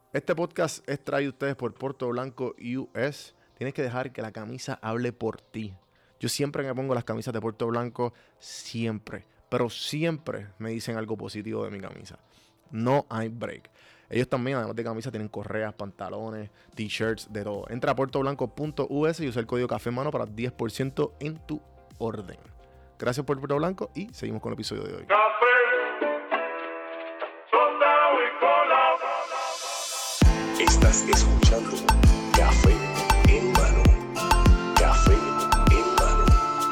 Este podcast es traído a ustedes por Puerto Blanco US. Tienes que dejar que la camisa hable por ti. Yo siempre me pongo las camisas de Puerto Blanco, pero siempre me dicen algo positivo de mi camisa. No hay break. Ellos también, además de camisa, tienen correas, pantalones, t-shirts, de todo. Entra a puertoblanco.us y usa el código Café Mano para 10% en tu orden. Gracias por Puerto Blanco y seguimos con el episodio de hoy. Estás escuchando Café en Mano. Café en Mano.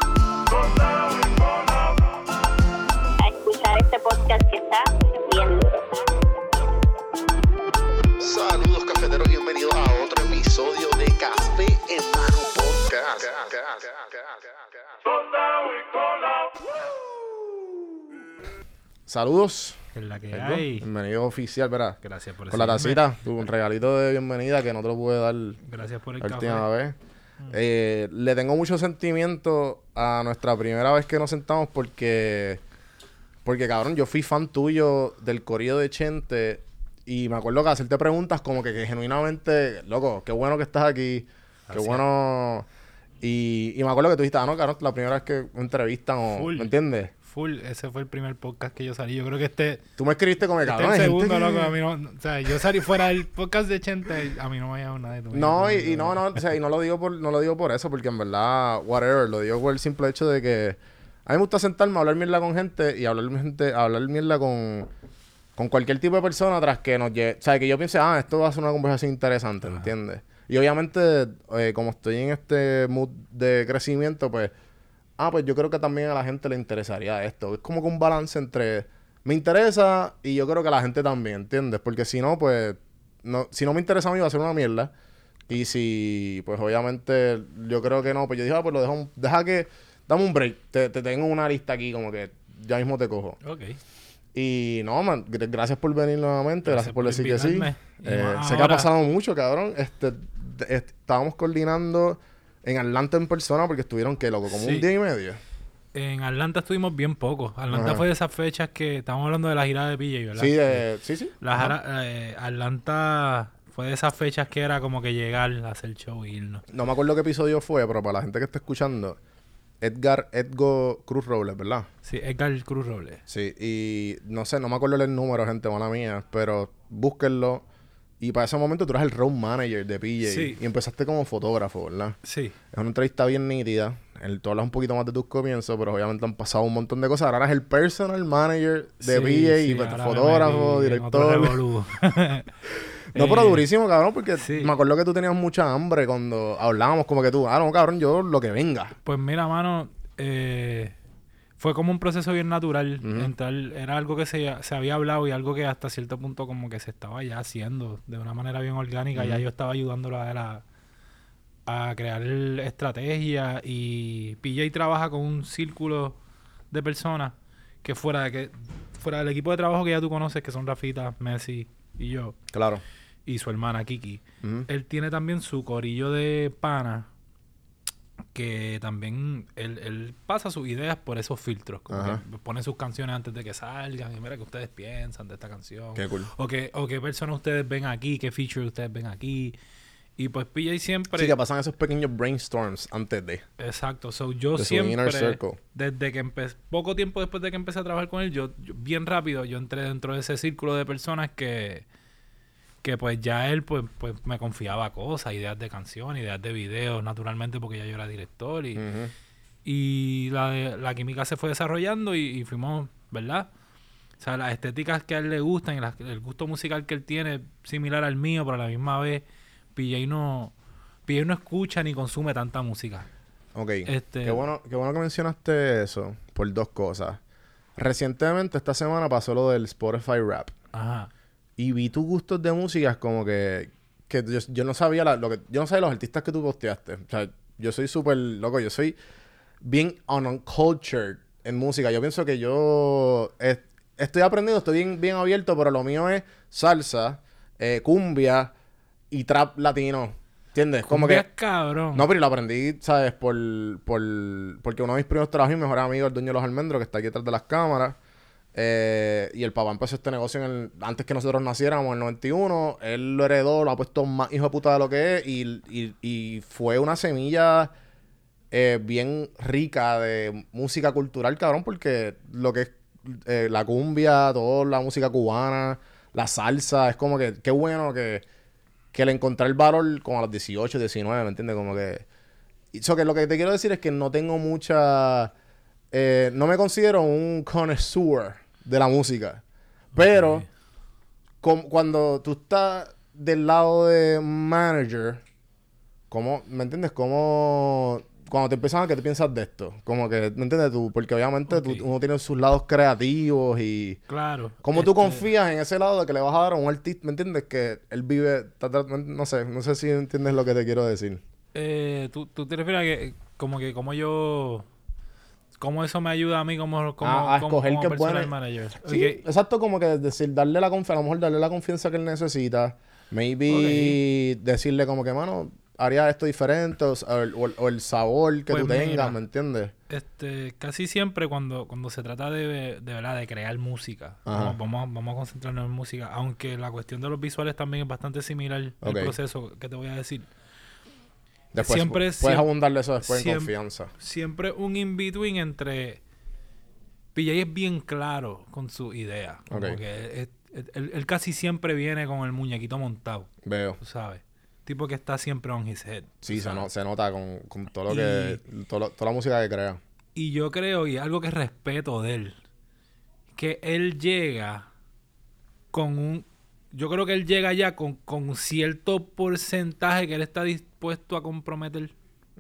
A escuchar este podcast que está bien duro. Saludos cafeteros, bienvenidos a otro episodio de Café en Mano Podcast. Saludos. Que es la que Pedro, hay. bienvenido oficial, ¿verdad? Gracias por Con la recibirme. tacita, un regalito de bienvenida que no te lo pude dar Gracias por el la café. última vez. Le tengo mucho sentimiento a nuestra primera vez que nos sentamos porque cabrón, yo fui fan tuyo del corrido de Chente y me acuerdo que hacerte preguntas como que genuinamente, loco, qué bueno que estás aquí, qué Gracias. bueno. Y me acuerdo que tú dijiste, no, cabrón, la primera vez que me entrevistan o, Full. ¿me entiendes? Full, ese fue el primer podcast que yo salí. Yo creo que este Tú me escribiste como que, es cabrón, el hay gente segundo, que- loco. A mí no... O sea, yo salí fuera del podcast de Chente. A mí no me ha llamado nadie. No, y no, o sea, y no lo digo por eso, porque en verdad, whatever, lo digo por el simple hecho de que a mí me gusta sentarme a hablar mierda con gente y hablar mierda con cualquier tipo de persona tras que nos lleve, o sea, que yo piense, esto va a ser una conversación interesante, ¿entiendes? Y obviamente, como estoy en este mood de crecimiento, pues yo creo que también a la gente le interesaría esto. Es como que un balance entre me interesa y yo creo que a la gente también, ¿entiendes? Porque si no, pues, si no me interesa a mí va a ser una mierda. Y si, pues obviamente, yo creo que no, pues yo dije, pues lo dejo, dame un break. Te tengo una lista aquí como que ya mismo te cojo. Ok. Y no, man, gracias por venir nuevamente, gracias por decir que sí. invitarme. Y más Sé que ha ahora. pasado mucho, cabrón. Estábamos coordinando en Atlanta en persona porque estuvieron, ¿qué, loco? Como Sí. un día y medio. En Atlanta estuvimos bien poco. Atlanta Ajá. fue de esas fechas que... Estamos hablando de la gira de PJ, ¿verdad? Sí. La Ajá. Atlanta fue de esas fechas que era como que llegar a hacer show y irnos. No me acuerdo qué episodio fue, pero para la gente que está escuchando, Edgo Cruz Robles, ¿verdad? Sí, Edgar Cruz Robles. Sí, y no sé, no me acuerdo el número, gente, mala mía, pero búsquenlo. Y para ese momento tú eras el road manager de PJ Sí. y empezaste como fotógrafo, ¿verdad? Sí. Es una entrevista bien nítida. Tú hablas un poquito más de tus comienzos, pero obviamente han pasado un montón de cosas. Ahora eres el personal manager de Sí, PJ sí, y pues, ahora me fotógrafo, metí en otro director. revolú. No, pero durísimo, cabrón, porque sí. me acuerdo que tú tenías mucha hambre cuando hablábamos, como que tú, no, cabrón, yo lo que venga. Pues mira, mano, fue como un proceso bien natural. Ujú. Era algo que se había hablado y algo que hasta cierto punto como que se estaba ya haciendo de una manera bien orgánica. Ya yo estaba ayudándolo a él a crear estrategias y PJ trabaja con un círculo de personas que fuera del equipo de trabajo que ya tú conoces, que son Rafita, Messi y yo, Claro. y su hermana Kiki. Ujú. Él tiene también su corillo de pana que también él pasa sus ideas por esos filtros. Como Ajá. que pone sus canciones antes de que salgan. Y mira qué ustedes piensan de esta canción. Qué cool. O qué personas ustedes ven aquí, qué feature ustedes ven aquí. Y pues PJ siempre... Sí, que pasan esos pequeños brainstorms antes de. Exacto. So, yo De su inner siempre, circle. desde que poco tiempo después de que empecé a trabajar con él, yo bien rápido, yo entré dentro de ese círculo de personas que pues ya él pues me confiaba cosas, ideas de canciones, ideas de videos, naturalmente porque ya yo era director y, Ujú. y la química se fue desarrollando y fuimos, ¿verdad? O sea, las estéticas que a él le gustan y el gusto musical que él tiene similar al mío, pero a la misma vez PJ no escucha ni consume tanta música. Ok. Este- Qué bueno que mencionaste eso por dos cosas. Recientemente, esta semana, pasó lo del Spotify Rap. Ajá. Y vi tus gustos de música como que yo no sabía yo no sabía los artistas que tú posteaste. O sea, yo soy súper loco, yo soy bien uncultured en música. Yo pienso que yo estoy aprendiendo, estoy bien abierto, pero lo mío es salsa, cumbia y trap latino. ¿Entiendes? Como Cumbia que... es cabrón. No, pero lo aprendí, ¿sabes? Porque uno de mis primeros trabajos y mejor amigo, el dueño de Los Almendros, que está aquí detrás de las cámaras, Y el papá empezó este negocio antes que nosotros naciéramos, en el 91. Él lo heredó, lo ha puesto más hijo de puta de lo que es. Y fue una semilla bien rica de música cultural, cabrón, porque lo que es la cumbia, toda la música cubana, la salsa, es como que qué bueno que le encontré el valor como a los 18, 19, ¿me entiendes? Como que... Eso que lo que te quiero decir es que no tengo mucha... no me considero un connoisseur de la música. Pero cuando tú estás del lado de manager, ¿cómo? ¿Me entiendes? ¿Cómo... Cuando te empiezan a... ¿Qué te piensas de esto? Como que... ¿Me entiendes tú? Porque obviamente uno tiene sus lados creativos y... Claro. ¿Cómo tú confías en ese lado de que le vas a dar a un artista? ¿Me entiendes? Que él vive... No sé si entiendes lo que te quiero decir. ¿Tú te refieres a que como yo... ¿Cómo eso me ayuda a mí como a escoger como que es bueno. personal manager? Sí, Okay. exacto, como que decir, a lo mejor darle la confianza que él necesita. Maybe decirle como que, mano, haría esto diferente o el sabor que Pues tú tengas, mira, ¿me entiendes? Casi siempre cuando se trata de verdad de crear música, vamos a concentrarnos en música, aunque la cuestión de los visuales también es bastante similar al proceso que te voy a decir. Después puedes abundarle eso después en confianza. Siempre un in-between entre... PJ es bien claro con su idea. Como que él casi siempre viene con el muñequito montado. Veo. Tú sabes. Tipo que está siempre on his head. Sí, se nota con todo lo que... toda la música que crea. Y yo creo, y algo que respeto de él, que él llega con un... Yo creo que él llega ya con cierto porcentaje que él está dispuesto a comprometer.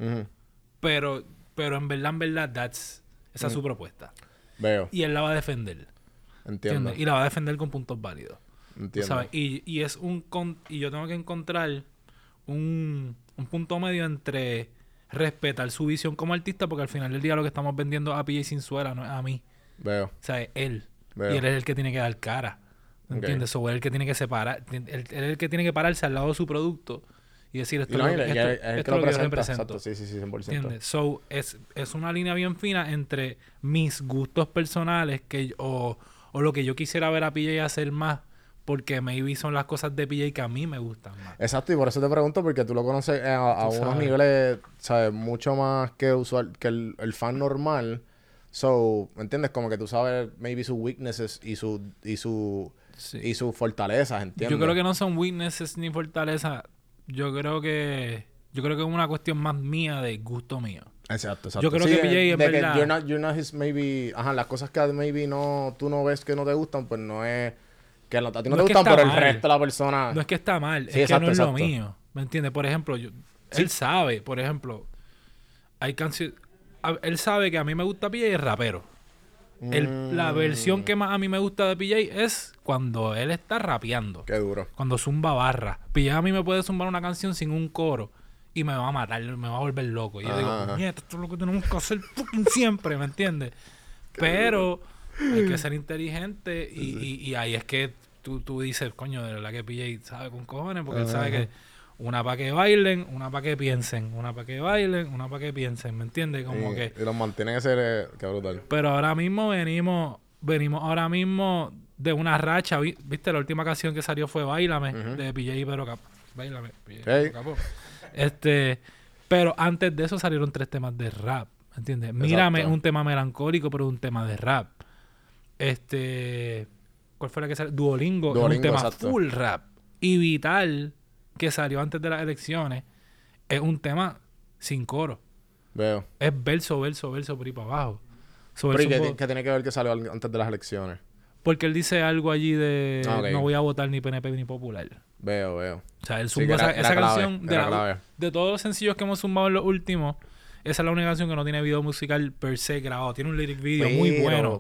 Pero en verdad, esa es su propuesta. Veo. Y él la va a defender. Entiendo. ¿Entiendes? Y la va a defender con puntos válidos. Entiendo. ¿Sabes? Y yo tengo que encontrar un punto medio entre respetar su visión como artista, porque al final del día lo que estamos vendiendo a PJ Sinzuela, no es a mí. Veo. O sea, es él. Veo. Y él es el que tiene que dar cara. ¿Entiendes? O él es el que tiene que separar. Él es el que tiene que pararse al lado de su producto y decir esto es lo que yo represento. Exacto, sí, 100%. ¿Entiendes? So, es una línea bien fina entre mis gustos personales o lo que yo quisiera ver a PJ hacer más, porque maybe son las cosas de PJ que a mí me gustan más. Exacto, y por eso te pregunto, porque tú lo conoces a unos niveles, ¿sabes? Mucho más que que el fan normal. So, ¿me entiendes? Como que tú sabes maybe sus weaknesses y sus fortalezas, ¿entiendes? Yo creo que no son weaknesses ni fortalezas. Yo creo que es una cuestión más mía de gusto mío. Exacto. Yo creo que PJ en verdad... Que you're not his maybe... Ajá, las cosas que maybe tú no ves que no te gustan, pues no es... Que a ti no te gustan, pero el resto de la persona... No es que está mal, sí, es que no es lo mío. ¿Me entiendes? Por ejemplo, él sabe, por ejemplo, hay canciones... Él sabe que a mí me gusta PJ y es rapero. La versión que más a mí me gusta de PJ es cuando él está rapeando. Qué duro. Cuando zumba barra. PJ a mí me puede zumbar una canción sin un coro y me va a matar, me va a volver loco. Y yo digo, mierda, esto es lo que tenemos que hacer fucking siempre, ¿me entiendes? Pero hay que ser inteligente y ahí es que tú dices, coño, de verdad que PJ sabe con cojones, porque él sabe que una para que bailen, una para que piensen, una para que bailen, una para que piensen, ¿me entiendes? Como que... Y los mantienen ese... Qué brutal. Pero ahora mismo venimos ahora mismo de una racha. ¿Viste? La última canción que salió fue Báilame, de PJ Pero Capó. Báilame, PJ Pero Capó. Pero antes de eso salieron 3 temas de rap, ¿me entiendes? Mírame es un tema melancólico, pero es un tema de rap. ¿Cuál fue la que salió? Duolingo es un tema full rap. Y Vital, que salió antes de las elecciones, es un tema sin coro. Veo. Es verso por ahí para abajo. Pero ¿y qué tiene que ver que salió antes de las elecciones? Porque él dice algo allí de no voy a votar ni PNP ni Popular. Veo. O sea, él zumbó esa canción de todos los sencillos que hemos zumbado en los últimos. Esa es la única canción que no tiene video musical per se grabado. Tiene un lyric video muy bueno.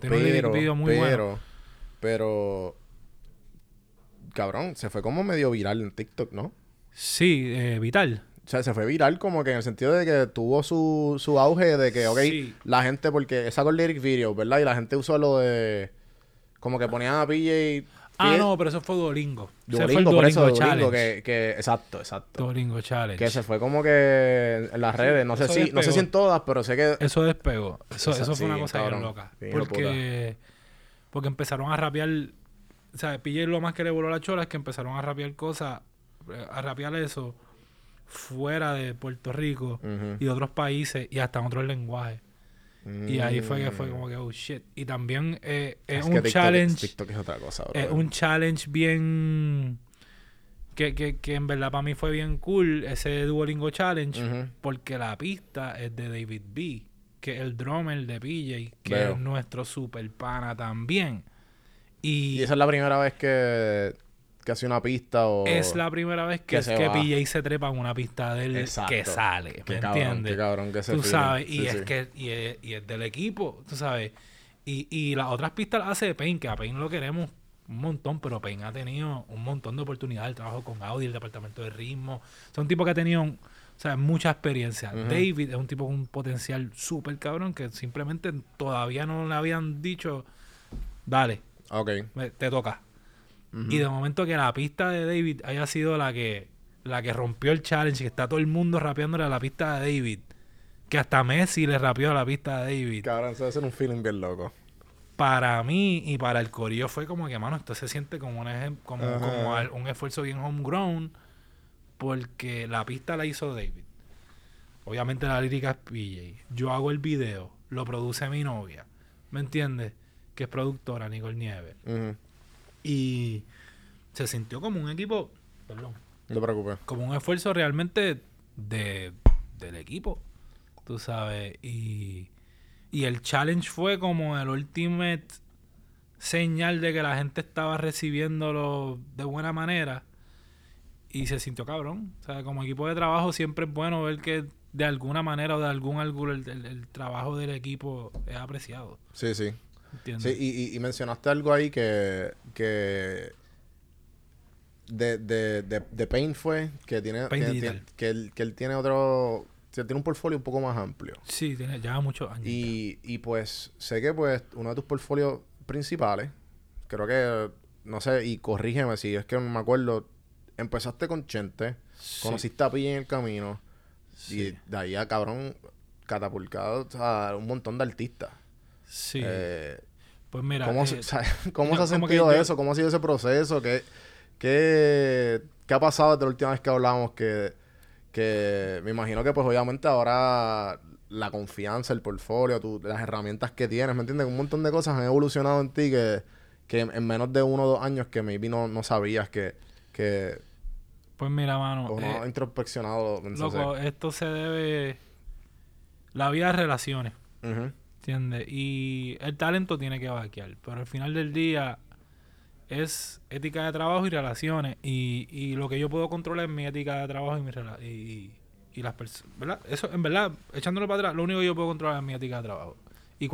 Pero... Cabrón, se fue como medio viral en TikTok, ¿no? Sí, Vital. O sea, se fue viral como que en el sentido de que tuvo su auge de que, la gente... Porque sacó el lyric video, ¿verdad? Y la gente usó lo de... Como que ponían a PJ... no, pero eso fue Duolingo. Duolingo, por eso Duolingo, que... Exacto. Duolingo Challenge. Que se fue como que en las redes. No sé si en todas, pero sé que... Eso despegó. Eso fue una cosa bien loca. Porque empezaron a rapear... O sea, PJ lo más que le voló la chola es que empezaron a rapear cosas... A rapear eso fuera de Puerto Rico y de otros países y hasta en otros lenguajes. Y ahí fue que fue como que, oh, shit. Y también es un que challenge... TikTok es otra cosa, bro. Es un challenge bien... Que en verdad para mí fue bien cool ese Duolingo Challenge porque la pista es de David B, que es el drummer de PJ, que es nuestro super pana también. Y esa es la primera vez que hace una pista o... Es la primera vez que PJ se trepa en una pista de él que sale, ¿me entiendes? Qué cabrón que se tú sabes, sí, y es que y es del equipo, tú sabes. Y las otras pistas las hace Pain, que a Pain lo queremos un montón, pero Pain ha tenido un montón de oportunidades. El trabajo con Audi, el departamento de ritmo. Son un tipo que ha tenido mucha experiencia. David es un tipo con un potencial súper cabrón que simplemente todavía no le habían dicho, dale, te toca. Y de momento que la pista de David haya sido la que rompió el challenge, que está todo el mundo rapeándole a la pista de David, que hasta Messi le rapeó a la pista de David. Cabrón, eso debe ser un feeling bien loco. Para mí y para el corillo fue como que, mano, esto se siente como un esfuerzo bien homegrown, porque la pista la hizo David. Obviamente la lírica es PJ. Yo hago el video, lo produce mi novia, ¿me entiendes? Que es productora, Nicole Nieves. Y se sintió como un equipo, perdón, no te preocupes, como un esfuerzo realmente del equipo, tú sabes. Y el challenge fue como el ultimate señal de que la gente estaba recibiéndolo de buena manera. Y se sintió cabrón. O sea, como equipo de trabajo siempre es bueno ver que de alguna manera o de algún ángulo el trabajo del equipo es apreciado. Sí, sí. ¿Entiendes? Sí, y mencionaste algo ahí que de Pain fue que tiene que él tiene otro, tiene un portfolio un poco más amplio. Sí, lleva muchos años. Y pues sé que pues uno de tus portfolios principales, creo que, no sé, y corrígeme si es que no me acuerdo, empezaste con Chente, conociste a Pilla en el camino, y de ahí a cabrón catapultado a un montón de artistas. Sí. Pues mira, ¿cómo se ha sentido eso? ¿Cómo ha sido ese proceso? ¿Qué ha pasado desde la última vez que hablamos? Que me imagino que pues obviamente ahora la confianza, el portfolio, las herramientas que tienes, ¿me entiendes? Un montón de cosas han evolucionado en ti que en menos de 1 o 2 años que maybe no sabías que pues mira, mano, o no has introspeccionado. Loco, esto se debe... La vida de relaciones. ¿Entiendes? Y el talento tiene que vaquear. Pero al final del día es ética de trabajo y relaciones. Y lo que yo puedo controlar es mi ética de trabajo y las personas, ¿verdad? Eso, en verdad, echándolo para atrás, lo único que yo puedo controlar es mi ética de trabajo. Y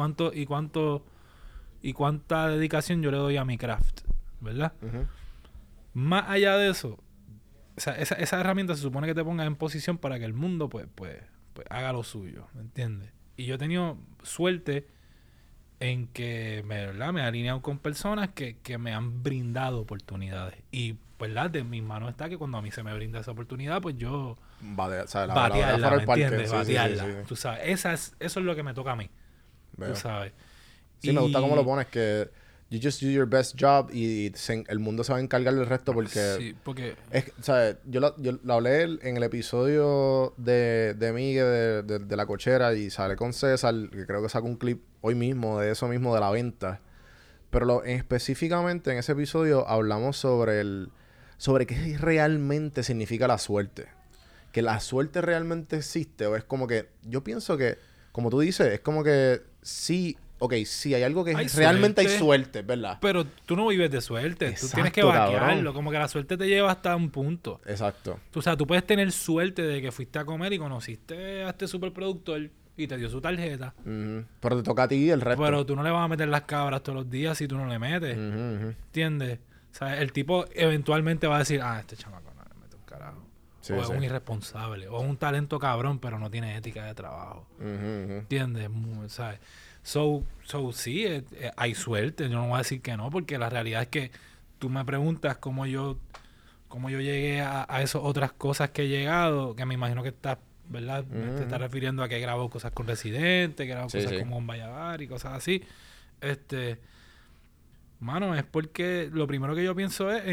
cuánta dedicación yo le doy a mi craft, ¿verdad? Más allá de eso, o sea, esa herramienta se supone que te ponga en posición para que el mundo pues haga lo suyo, ¿me entiendes? Y yo he tenido suerte en que me he alineado con personas que me han brindado oportunidades. Y, ¿verdad? De mis manos está que cuando a mí se me brinda esa oportunidad, pues yo... batearla, ¿me entiendes? Batearla. Sí. Tú sabes, eso es lo que me toca a mí. Tú sabes. Sí, me gusta cómo lo pones, que you just do your best job y el mundo se va a encargar del resto porque... Sí, porque... ¿sabes? Yo lo hablé en el episodio de Miguel de La Cochera y sale con César, que creo que sacó un clip hoy mismo de eso mismo, de la venta. Pero específicamente en ese episodio hablamos sobre qué realmente significa la suerte. Que la suerte realmente existe o es como que... Yo pienso que, como tú dices, es como que sí... Ok, sí, hay algo que realmente hay suerte, ¿verdad? Pero tú no vives de suerte. Exacto, tú tienes que vaquearlo. Cabrón. Como que la suerte te lleva hasta un punto. Exacto. O sea, tú puedes tener suerte de que fuiste a comer y conociste a este superproductor y te dio su tarjeta. Pero te toca a ti y el resto. Pero tú no le vas a meter las cabras todos los días si tú no le metes. ¿Entiendes? O sea, el tipo eventualmente va a decir, este chamaco no le mete un carajo. Sí, o es un irresponsable. O es un talento cabrón, pero no tiene ética de trabajo. ¿Entiendes? ¿Sabes? So sí, hay suerte. Yo no voy a decir que no, porque la realidad es que tú me preguntas cómo yo llegué a esas otras cosas que he llegado, que me imagino que estás, ¿verdad? Te estás refiriendo a que grabo cosas con Residente, que grabo cosas con Bomba Yavar y cosas así. Mano, es porque lo primero que yo pienso es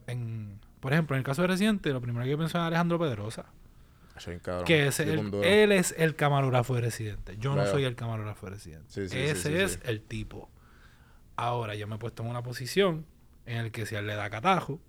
por ejemplo, en el caso de Residente, lo primero que yo pienso es Alejandro Pedrosa. Cabrón. Que él es el camarógrafo de Residente. Yo no Veo. soy el camarógrafo de Residente. Sí, Ese es el tipo. Ahora, yo me he puesto en una posición en la que si a él le da catajo,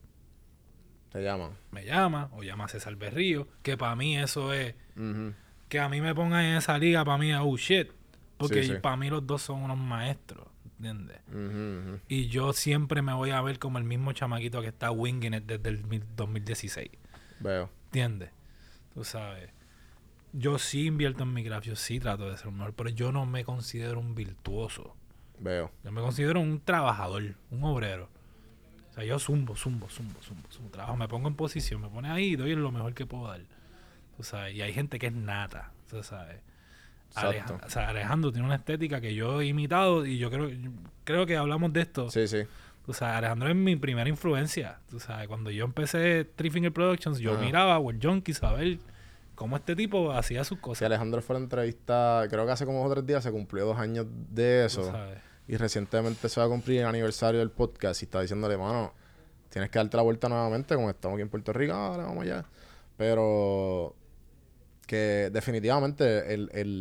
Te llaman. me llama o llama a César Berrío, que para mí eso es... Ujú. Que a mí me pongan en esa liga, para mí es oh shit. Porque Sí. para mí los dos son unos maestros, ¿entiendes? Ujú. Y yo siempre me voy a ver como el mismo chamaquito que está winging it desde el 2016. Veo. ¿Entiendes? Tú sabes. Yo sí invierto en mi craft, yo sí trato de ser un mejor, pero yo no me considero un virtuoso. Veo. Yo me considero un trabajador, un obrero. O sea, yo zumbo. Trabajo, me pongo en posición, me pone ahí y doy lo mejor que puedo dar. Tú sabes, y hay gente que es nata, tú sabes. Exacto. Alejandro tiene una estética que yo he imitado y yo creo que hablamos de esto. Sí. Tú sabes, Alejandro es mi primera influencia. Tú sabes, cuando yo empecé Three Finger Productions, yo Ajá. miraba a World Junkies a ver cómo este tipo hacía sus Sí, cosas. Alejandro fue a la entrevista, creo que hace como 2 o 3 días se cumplió 2 años de Tú eso. sabes. Y recientemente se va a cumplir el aniversario del podcast y está diciéndole, mano, tienes que darte la vuelta nuevamente, como estamos aquí en Puerto Rico, ahora vamos allá. Pero que definitivamente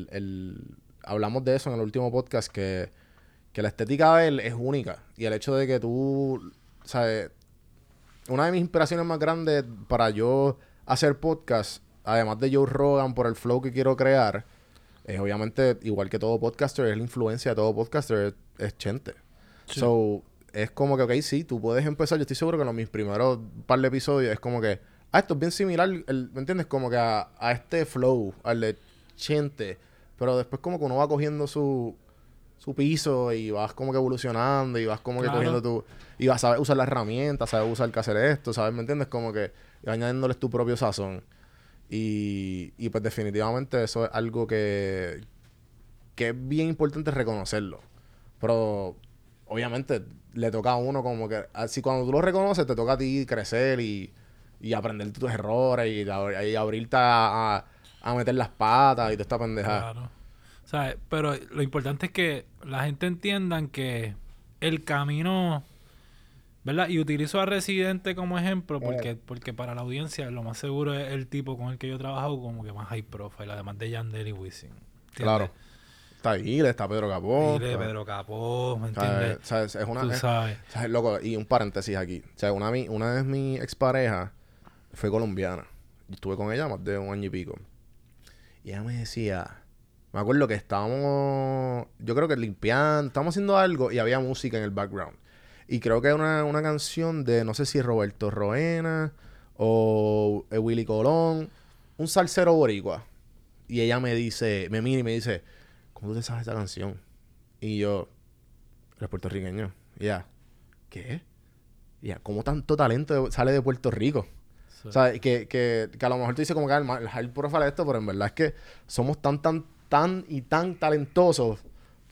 hablamos de eso en el último podcast, que la estética de él es única. Y el hecho de que tú, ¿sabes? Una de mis inspiraciones más grandes para yo hacer podcast, además de Joe Rogan, por el flow que quiero crear, es obviamente, igual que todo podcaster, es la influencia de todo podcaster, es Chente. Sí. So, es como que, ok, sí, tú puedes empezar. Yo estoy seguro que en mis primeros par de episodios es como que, esto es bien similar, ¿me entiendes? Como que a este flow, al de Chente. Pero después como que uno va cogiendo su piso y vas como que evolucionando y vas como que Claro. cogiendo tu... Y vas a saber usar las herramientas, sabes usar que hacer esto, ¿sabes? ¿Me entiendes? Como que añadiéndoles tu propio sazón. Y pues definitivamente eso es algo que es bien importante reconocerlo. Pero obviamente le toca a uno como que... Así cuando tú lo reconoces, te toca a ti crecer y aprender tus errores y abrirte a meter las patas y toda esta pendejada. Claro. ¿Sabes? Pero lo importante es que la gente entienda que el camino, ¿verdad? Y utilizo a Residente como ejemplo porque para la audiencia lo más seguro es el tipo con el que yo he trabajado como que más high profile, además de Yandel y Wisin. ¿Entiendes? Claro. Está Ile, está Pedro Capó. Y de está- Pedro Capó, ¿me ¿sabes? entiendes? ¿Sabes? Es una... Tú sabes. ¿Sabes, loco? Y un paréntesis aquí. O sea, una de mis exparejas fue colombiana. Yo estuve con ella más de 1 año y pico. Y ella me decía... Me acuerdo que estábamos... Yo creo que limpiando... Estábamos haciendo algo y había música en el background. Y creo que era una canción de... No sé si Roberto Roena o Willy Colón. Un salsero boricua. Y ella me dice... Me mira y me dice... ¿Cómo tú te sabes esa canción? Y yo... Eres puertorriqueño. Y ella... ¿Qué? Y ella... ¿Cómo tanto talento sale de Puerto Rico? Sí. O sea, que a lo mejor tú dices como que el high profile esto, pero en verdad es que somos tan talentosos.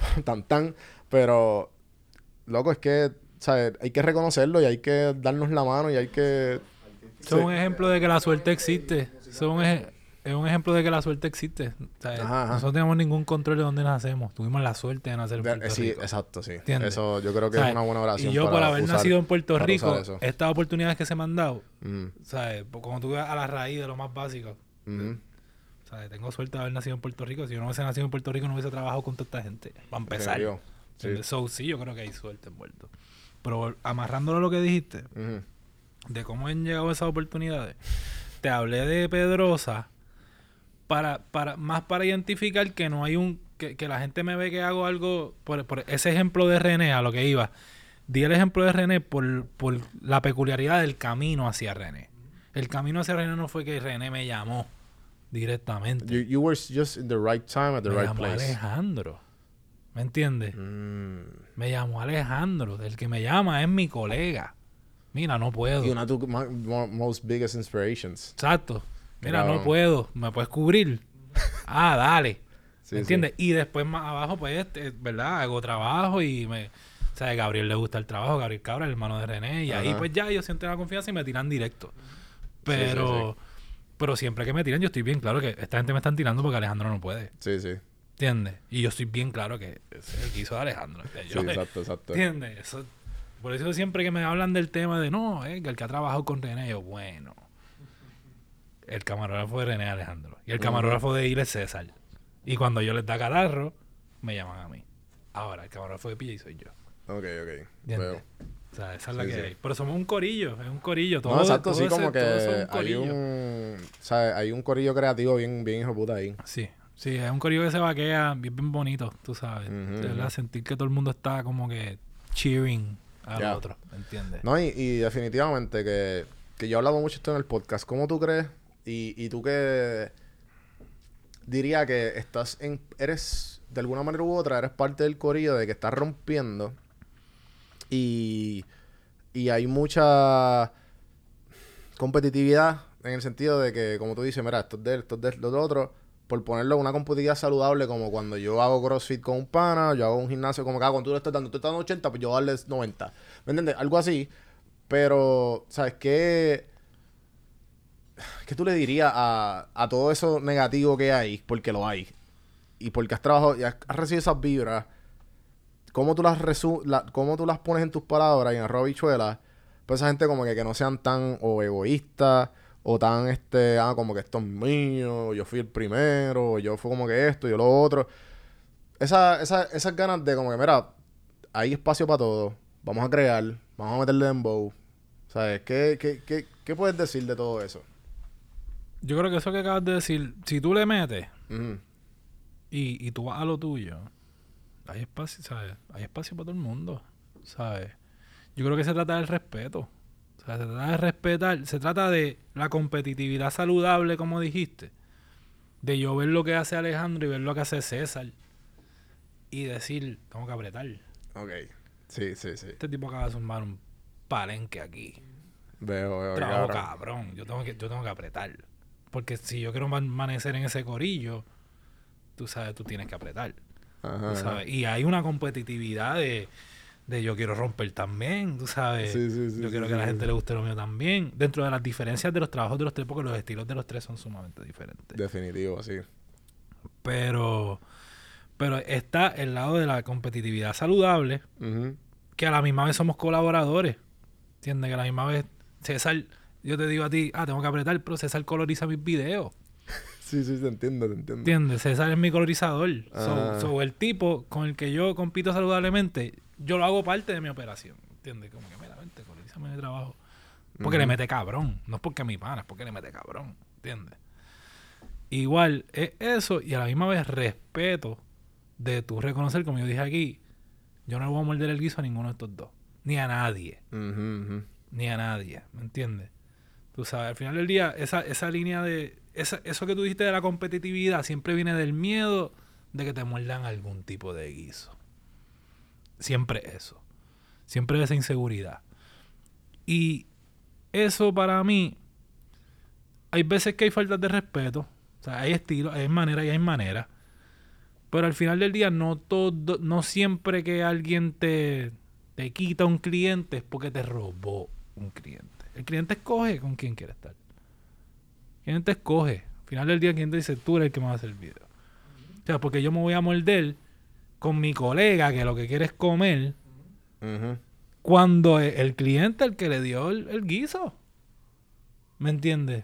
Pero... Loco, es que... ¿sabes? Hay que reconocerlo y hay que darnos la mano y hay que... Eso es un ejemplo de que la suerte existe. Eso es un ejemplo de que la suerte existe. O sea, Ajá. nosotros no tenemos ningún control de dónde nacemos. Tuvimos la suerte de nacer en Puerto Sí, Rico. exacto, sí. ¿Entiendes? Eso yo creo que ¿Sabes? es una buena oración Y yo por haber nacido en Puerto para Rico, usar eso. estas oportunidades que se me han dado, Mm, ¿sabes? Como tú ves a la raíz de lo más básico. mm. ¿Sabes? Tengo suerte de haber nacido en Puerto Rico. Si yo no hubiese nacido en Puerto Rico, no hubiese trabajado con toda esta gente. Para empezar. Definitivo. Sí. ¿Entiendes? So, sí, yo creo que hay suerte envuelto. Pero amarrándolo a lo que dijiste, Ujú. de cómo han llegado esas oportunidades, te hablé de Pedrosa más para identificar que no hay que la gente me ve que hago algo por ese ejemplo de René, a lo que iba. Di el ejemplo de René por la peculiaridad del camino hacia René. El camino hacia René no fue que René me llamó directamente. You were just in the right time at the Me right llamó place. Alejandro. ¿Me entiendes? Mm. Me llamó Alejandro. El que me llama es mi colega. Mira, no puedo. Y una de tus most biggest inspirations. Exacto. Mira, Cabrón. no puedo. ¿Me puedes cubrir? Dale. Sí, ¿Me entiendes? Y después más abajo, pues, ¿verdad? Hago trabajo y o sea, a Gabriel le gusta el trabajo. Gabriel Cabra, el hermano de René. Y ahí, Ajá. pues, ya ellos sienten la confianza y me tiran directo. Sí. Pero siempre que me tiran, yo estoy bien claro que esta gente me están tirando porque Alejandro no puede. Sí, sí. ¿Entiendes? Y yo estoy bien claro que ese es el que hizo de Alejandro. Sí, exacto. ¿Entiendes? Por eso siempre que me hablan del tema de no, el que ha trabajado con René, yo, bueno, el camarógrafo de René Alejandro y el camarógrafo de Ile César. Y cuando yo les da catarro, me llaman a mí. Ahora, el camarógrafo de PJ soy yo. Ok. ¿Entiendes? Veo. O sea, esa es la Sí, que sí. hay. Pero somos un corillo, es un corillo. Todo, No, exacto, todo sí, ese- como que todo eso es un hay corillo. ¿sabes? Hay un corillo creativo bien hijo de puta ahí. Sí, es un corillo que se vaquea bien bonito, tú sabes. Ujú, De verdad, ujú. sentir que todo el mundo está como que cheering al Ya. otro, ¿me entiendes? No, y definitivamente que yo he hablado mucho esto en el podcast. ¿Cómo tú crees? Y tú que diría que eres, de alguna manera u otra, eres parte del corillo de que estás rompiendo y hay mucha competitividad en el sentido de que, como tú dices, mira, esto es de lo otro, por ponerlo en una competitividad saludable, como cuando yo hago CrossFit con un pana, yo hago un gimnasio, como que cuando tú le estás dando 80, pues yo darle 90. ¿Me entiendes? Algo así. Pero, ¿sabes qué? ¿Qué tú le dirías a todo eso negativo que hay? Porque lo hay. Y porque has trabajado y has recibido esas vibras. ¿Cómo tú cómo tú las pones en tus palabras y en arroba bichuela? Pues esa gente como que no sean tan o egoístas o tan como que esto es mío, yo fui el primero, o yo fui como que esto, yo lo otro. Esas ganas de como que, mira, hay espacio para todo, vamos a crear, vamos a meterle dembow. ¿Sabes? ¿Qué puedes decir de todo eso? Yo creo que eso que acabas de decir, si tú le metes Ujú. y tú vas a lo tuyo, hay espacio, ¿sabes? Hay espacio para todo el mundo, ¿sabes? Yo creo que se trata del respeto. O sea, se trata de respetar, se trata de la competitividad saludable, como dijiste. De yo ver lo que hace Alejandro y ver lo que hace César. Y decir, tengo que apretar. Ok. Sí. Este tipo acaba de sumar un palenque aquí. Veo, Trabajo cabrón. cabrón. Yo tengo que apretar. Porque si yo quiero permanecer en ese corillo, tú sabes, tú tienes que apretar. Ajá, Tú sabes. Y hay una competitividad de yo quiero romper también, tú sabes. Sí, Yo quiero que a la gente le guste lo mío también. Dentro de las diferencias de los trabajos de los tres, porque los estilos de los tres son sumamente diferentes. Definitivo, sí. Pero está el lado de la competitividad saludable, Ujú. que a la misma vez somos colaboradores. ¿Entiendes? Que a la misma vez César, yo te digo a ti, tengo que apretar, pero César coloriza mis videos. Sí, te entiendo. ¿Entiendes? César es mi colorizador. Ah. So, el tipo con el que yo compito saludablemente, yo lo hago parte de mi operación. ¿Entiendes? Como que, mira, vente, colorízame mi trabajo. Porque le mete cabrón. No es porque es mi pana, es porque le mete cabrón. ¿Entiendes? Igual es eso y a la misma vez respeto de tú reconocer, como yo dije aquí, yo no le voy a morder el guiso a ninguno de estos dos. Ni a nadie. Ujú. Ni a nadie. ¿Me entiendes? Tú sabes, al final del día, esa línea de... Eso que tú dijiste de la competitividad siempre viene del miedo de que te muerdan algún tipo de guiso. Siempre eso. Siempre esa inseguridad. Y eso para mí, hay veces que hay faltas de respeto. O sea, hay estilos, hay maneras y hay maneras. Pero al final del día, no siempre que alguien te quita un cliente es porque te robó un cliente. El cliente escoge con quién quiere estar. El cliente escoge. Al final del día, el cliente dice, tú eres el que me va a hacer el video. O sea, porque yo me voy a morder con mi colega que lo que quiere es comer Ujú. cuando es el cliente el que le dio el guiso. ¿Me entiendes?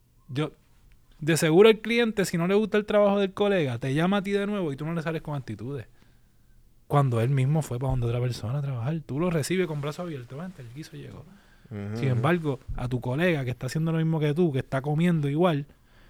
De seguro el cliente, si no le gusta el trabajo del colega, te llama a ti de nuevo y tú no le sales con actitudes. Cuando él mismo fue para donde otra persona a trabajar, tú lo recibes con brazos abiertos. Vente, el guiso llegó. Ujú. Sin embargo, a tu colega que está haciendo lo mismo que tú, que está comiendo igual,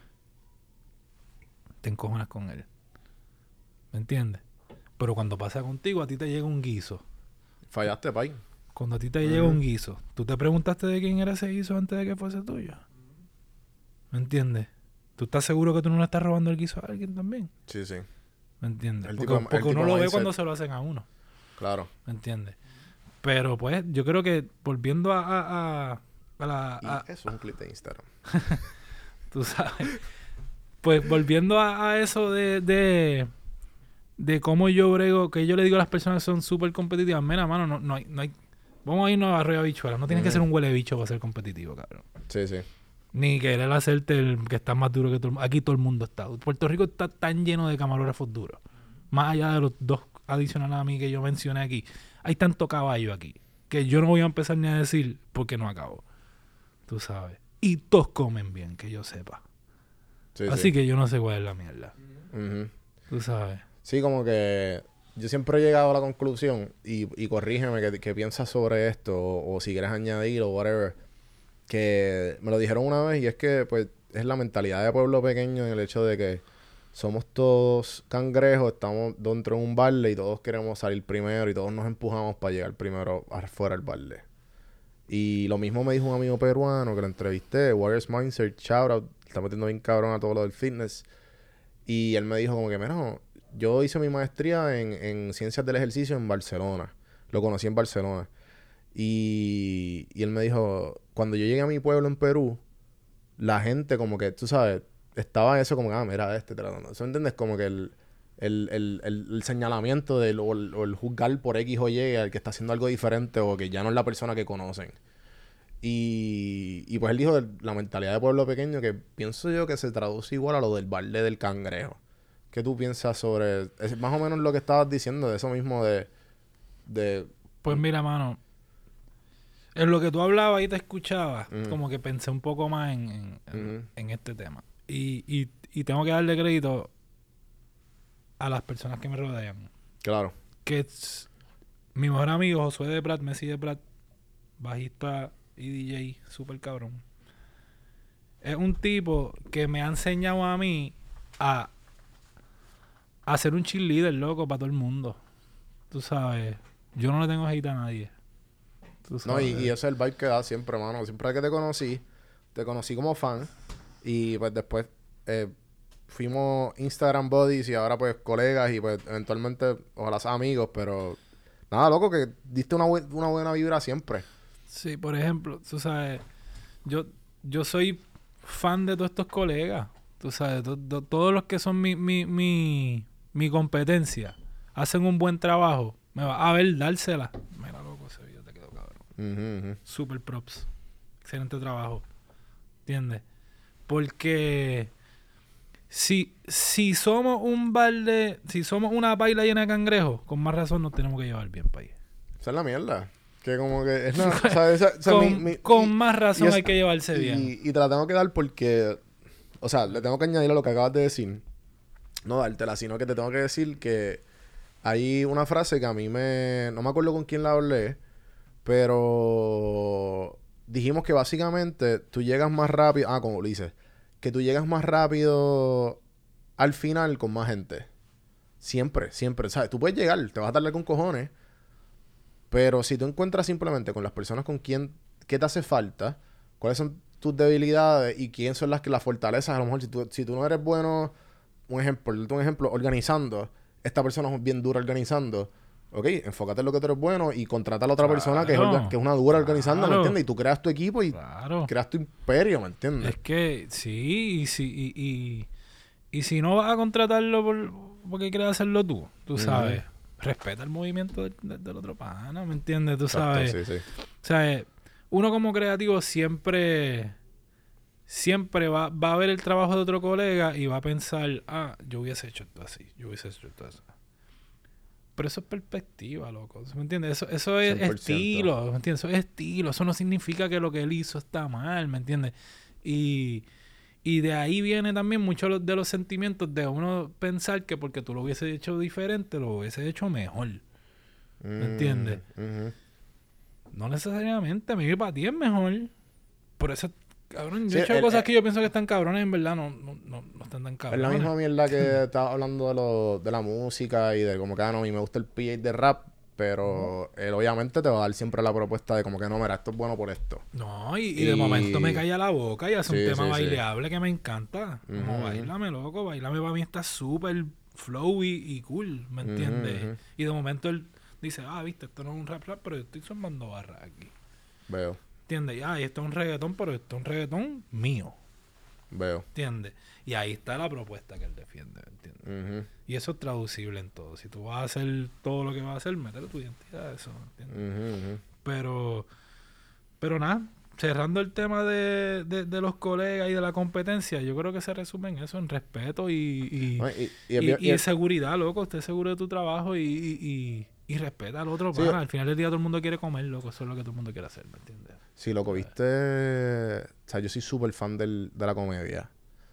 te encojonas con él. ¿Me entiendes? Pero cuando pasa contigo, a ti te llega un guiso. Fallaste, pay. Cuando a ti te llega un guiso, ¿tú te preguntaste de quién era ese guiso antes de que fuese tuyo? ¿Me entiendes? ¿Tú estás seguro que tú no le estás robando el guiso a alguien también? Sí. ¿Me entiendes? El Porque tipo uno lo ve mindset. cuando se lo hacen a uno. Claro. ¿Me entiendes? Pero pues yo creo que volviendo a Y eso es un clip de Instagram. tú sabes, pues volviendo a eso de cómo yo brego, que yo le digo a las personas que son súper competitivas, mira, mano, no hay vamos a irnos a arroyo habichuelas, no tienes que ser un huele bicho para ser competitivo, cabrón. Sí. Ni querer hacerte el que está más duro que todo el mundo. Aquí todo el mundo está. Puerto Rico está tan lleno de camarógrafos duros. Más allá de los dos adicionales a mí que yo mencioné aquí. Hay tanto caballo aquí. que yo no voy a empezar ni a decir porque no acabo. Tú sabes. Y todos comen bien, que yo sepa. Sí, Así que yo no sé cuál es la mierda. Ujú. Tú sabes. Sí, como que yo siempre he llegado a la conclusión, y corrígeme que piensas sobre esto, o si quieres añadir o whatever, que me lo dijeron una vez, y es que pues es la mentalidad de pueblo pequeño en el hecho de que somos todos cangrejos, estamos dentro de un balde y todos queremos salir primero y todos nos empujamos para llegar primero afuera del balde. Y lo mismo me dijo un amigo peruano que lo entrevisté, Warriors Mindset, shout out, está metiendo bien cabrón a todo lo del fitness. Y él me dijo como que, mira, yo hice mi maestría en ciencias del ejercicio en Barcelona. Lo conocí en Barcelona. Y él me dijo, cuando yo llegué a mi pueblo en Perú, la gente como que, tú sabes, estaba eso como que, mira, tratando. ¿Sí me entiendes? Como que el señalamiento o el juzgar por X o Y al que está haciendo algo diferente o que ya no es la persona que conocen. Y pues él dijo de la mentalidad de pueblo pequeño, que pienso yo que se traduce igual a lo del balde del cangrejo. ¿Qué tú piensas sobre...? Es más o menos lo que estabas diciendo, de eso mismo de Pues mira, mano, en lo que tú hablabas y te escuchaba, como que pensé un poco más en este tema. Y tengo que darle crédito a las personas que me rodean. Claro. Que mi mejor amigo, Josué de Prat, Messi de Prat, bajista y DJ, súper cabrón. Es un tipo que me ha enseñado a mí a ser un cheerleader, loco, para todo el mundo. Tú sabes, yo no le tengo hate a nadie. Tú sabes. No, y ese es el vibe que da siempre, mano. Siempre que te conocí como fan. Y pues después fuimos Instagram buddies y ahora pues colegas y pues eventualmente ojalá sean amigos, pero nada, loco, que diste una buena vibra siempre. Sí, por ejemplo, tú sabes, yo soy fan de todos estos colegas. Tú sabes, todos los que son mi competencia hacen un buen trabajo. Me va a ver dársela. Mira, loco, ese video te quedó cabrón. Super props. Excelente trabajo. ¿Entiendes? Porque si somos un balde, si somos una paila llena de cangrejos, con más razón nos tenemos que llevar bien para ahí. Esa es la mierda. Que como que... Es o sea, con más razón hay que llevarse bien. Y te la tengo que dar porque... O sea, le tengo que añadir a lo que acabas de decir. No dártela, sino que te tengo que decir que hay una frase que a mí no me acuerdo con quién la hablé, pero dijimos que básicamente tú llegas más rápido... como lo dices. Que tú llegas más rápido al final con más gente. Siempre. ¿Sabes? Tú puedes llegar, te vas a tardar con cojones, pero si tú encuentras simplemente con las personas con quien... ¿Qué te hace falta? ¿Cuáles son tus debilidades? ¿Y quién son las fortalezas? A lo mejor si tú no eres bueno... Un ejemplo, organizando. Esta persona es bien dura organizando. Ok, enfócate en lo que tú eres bueno y contrata a la otra persona que es una dura organizando, ¿me entiendes? Y tú creas tu equipo y creas tu imperio, ¿me entiendes? Es que sí, y si no vas a contratarlo porque quieres hacerlo tú sabes, respeta el movimiento del otro pana, ¿me entiendes? Tú sabes. Sí. O sea, uno como creativo siempre va a ver el trabajo de otro colega y va a pensar, yo hubiese hecho esto así, yo hubiese hecho esto así. Pero eso es perspectiva, loco. ¿Me entiendes? Eso es 100%. Estilo, ¿me entiendes? Eso es estilo. Eso no significa que lo que él hizo está mal, ¿me entiendes? Y de ahí viene también mucho de los sentimientos de uno pensar que porque tú lo hubieses hecho diferente, lo hubieses hecho mejor. ¿Me entiendes? No necesariamente. A mí para ti es mejor. Por eso... Cabrón, yo he hecho cosas que yo pienso que están cabrones, en verdad no están tan cabrones. Es la misma mierda que estaba hablando de la música y de como que, a mí me gusta el PA de rap, pero él obviamente te va a dar siempre la propuesta de como que no, mira, esto es bueno por esto. No, y de momento me calla la boca y hace un tema baileable que me encanta. Como bailame, loco, bailame para mí está súper flowy y cool, ¿me entiendes? Y de momento él dice, viste, esto no es un rap, pero yo estoy sumando barras aquí. Veo. ¿Entiendes? Y esto es un reggaetón, pero esto es un reggaetón mío. Veo. ¿Entiendes? Y ahí está la propuesta que él defiende, ¿entiendes? Y eso es traducible en todo. Si tú vas a hacer todo lo que vas a hacer, métele tu identidad a eso, ¿entiendes? Pero nada, cerrando el tema de los colegas y de la competencia, yo creo que se resume en eso, en respeto y seguridad, loco. Estés seguro de tu trabajo y y respeta al otro, Sí. pana. Al final del día todo el mundo quiere comer, loco. Eso es lo que todo el mundo quiere hacer, ¿me entiendes? Sí, loco, viste... O sea, yo soy súper fan de la comedia.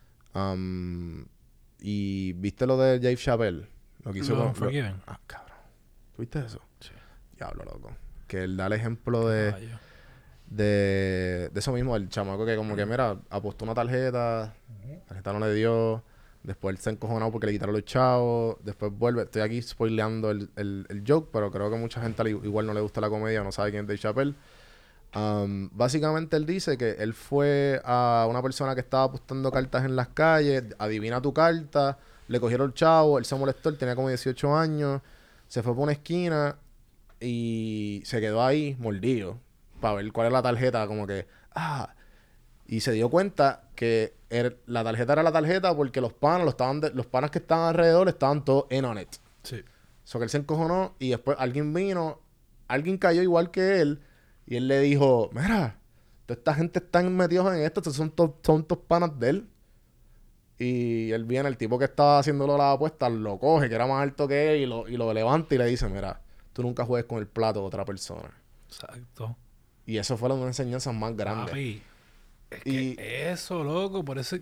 Y viste lo de Dave Chappelle. Lo que hizo Lo con... Unforgiven. Ah, cabrón. ¿Tuviste eso? Sí. Diablo, loco. Que él da el ejemplo de... Caballo. De eso mismo, el chamaco que como que, mira, apostó una tarjeta, la tarjeta no le dio, después él se encojonó porque le quitaron los chavos, después vuelve, estoy aquí spoileando el joke, pero creo que mucha gente igual no le gusta la comedia, no sabe quién es Dave Chappelle. Básicamente él dice que él fue a una persona que estaba apostando cartas en las calles, adivina tu carta, le cogieron el chavo, él se molestó, él tenía como 18 años, se fue por una esquina y se quedó ahí mordido para ver cuál era la tarjeta, como que, y se dio cuenta que la tarjeta era la tarjeta porque los panas que estaban alrededor estaban todos in on it. Sí. So que él se encojonó y después alguien cayó igual que él y él le dijo, mira, toda esta gente están metidos en esto, estos son todos panas de él. Y él viene, el tipo que estaba haciéndolo la apuesta, lo coge, que era más alto que él, y lo levanta y le dice, mira, tú nunca juegues con el plato de otra persona. Exacto. Y eso fue una de las enseñanzas más grandes. Papi, es Y- que eso, loco, por eso...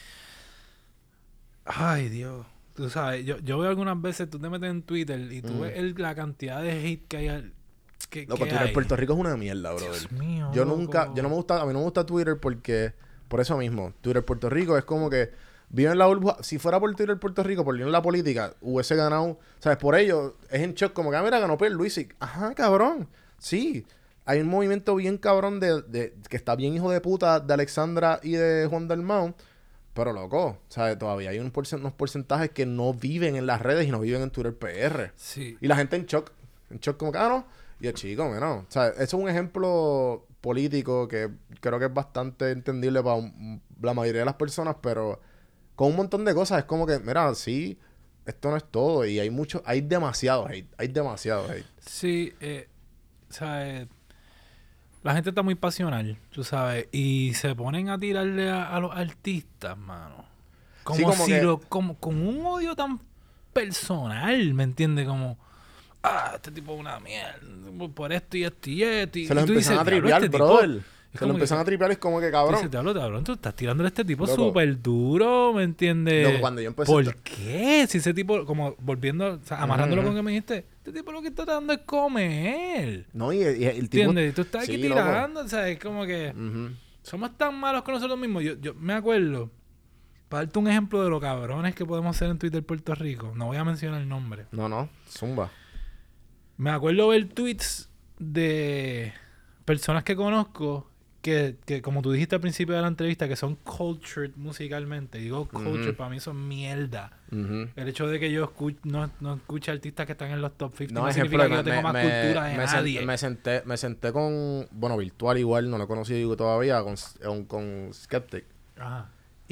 Ay, Dios. Tú sabes, yo veo algunas veces, tú te metes en Twitter y tú ves la cantidad de hate que hay... Loco, que Twitter hay. en Puerto Rico es una mierda, brother. Dios mío, Yo loco. nunca, a mí no me gusta Twitter porque, por eso mismo, Twitter Puerto Rico es como que vive en la burbuja. Si fuera por Twitter Puerto Rico, por la política, hubiese ganado, ¿sabes? Por ello, es en shock, como que, mira, ganó Pierluisi. Ajá, cabrón. Sí. Hay un movimiento bien cabrón de que está bien hijo de puta de Alexandra y de Juan Dalmau. Pero, loco, ¿sabes? Todavía hay unos porcentajes que no viven en las redes y no viven en Twitter PR. Sí. Y la gente en shock como que, no. Y el chico, bueno, o sea, eso es un ejemplo político que creo que es bastante entendible para la mayoría de las personas, pero con un montón de cosas es como que, mira, sí, esto no es todo y hay demasiado hate. Sí, ¿sabes? La gente está muy pasional, tú sabes, y se ponen a tirarle a los artistas, mano. Como Sí, como si que- como con un odio tan personal, ¿me entiendes? Como, este tipo es una mierda, por esto y esto y esto. Y Se los tú empiezan dices, a "Diablo, tripear, este tipo-" brother. es Se lo como empiezan a tripear y es como que, Tú cabrón. dices, "Diablo, cabrón, tú estás tirándole a este tipo Loco. súper duro, ¿me entiendes? Loco, cuando yo empecé ¿Por esto- qué? Si ese tipo, como volviendo, o sea, amarrándolo Ujú. con que me dijiste, este tipo lo que está dando es comer. No, y el tipo... ¿Entiendes? Y tú estás aquí Sí, loco. tirando, o sea, es como que Ujú. somos tan malos con nosotros mismos. Yo me acuerdo, para darte un ejemplo de lo cabrones que podemos hacer en Twitter Puerto Rico, no voy a mencionar el nombre. No, zumba. Me acuerdo ver tweets de personas que conozco que como tú dijiste al principio de la entrevista, que son cultured musicalmente. Digo culture, Ujú. para mí son mierda. Ujú. El hecho de que yo no escuche artistas que están en los top 50 no, ejemplo, significa que yo tengo más cultura de nadie. me senté con... Bueno, virtual igual, no lo he conocido todavía, con Skeptic. Ajá.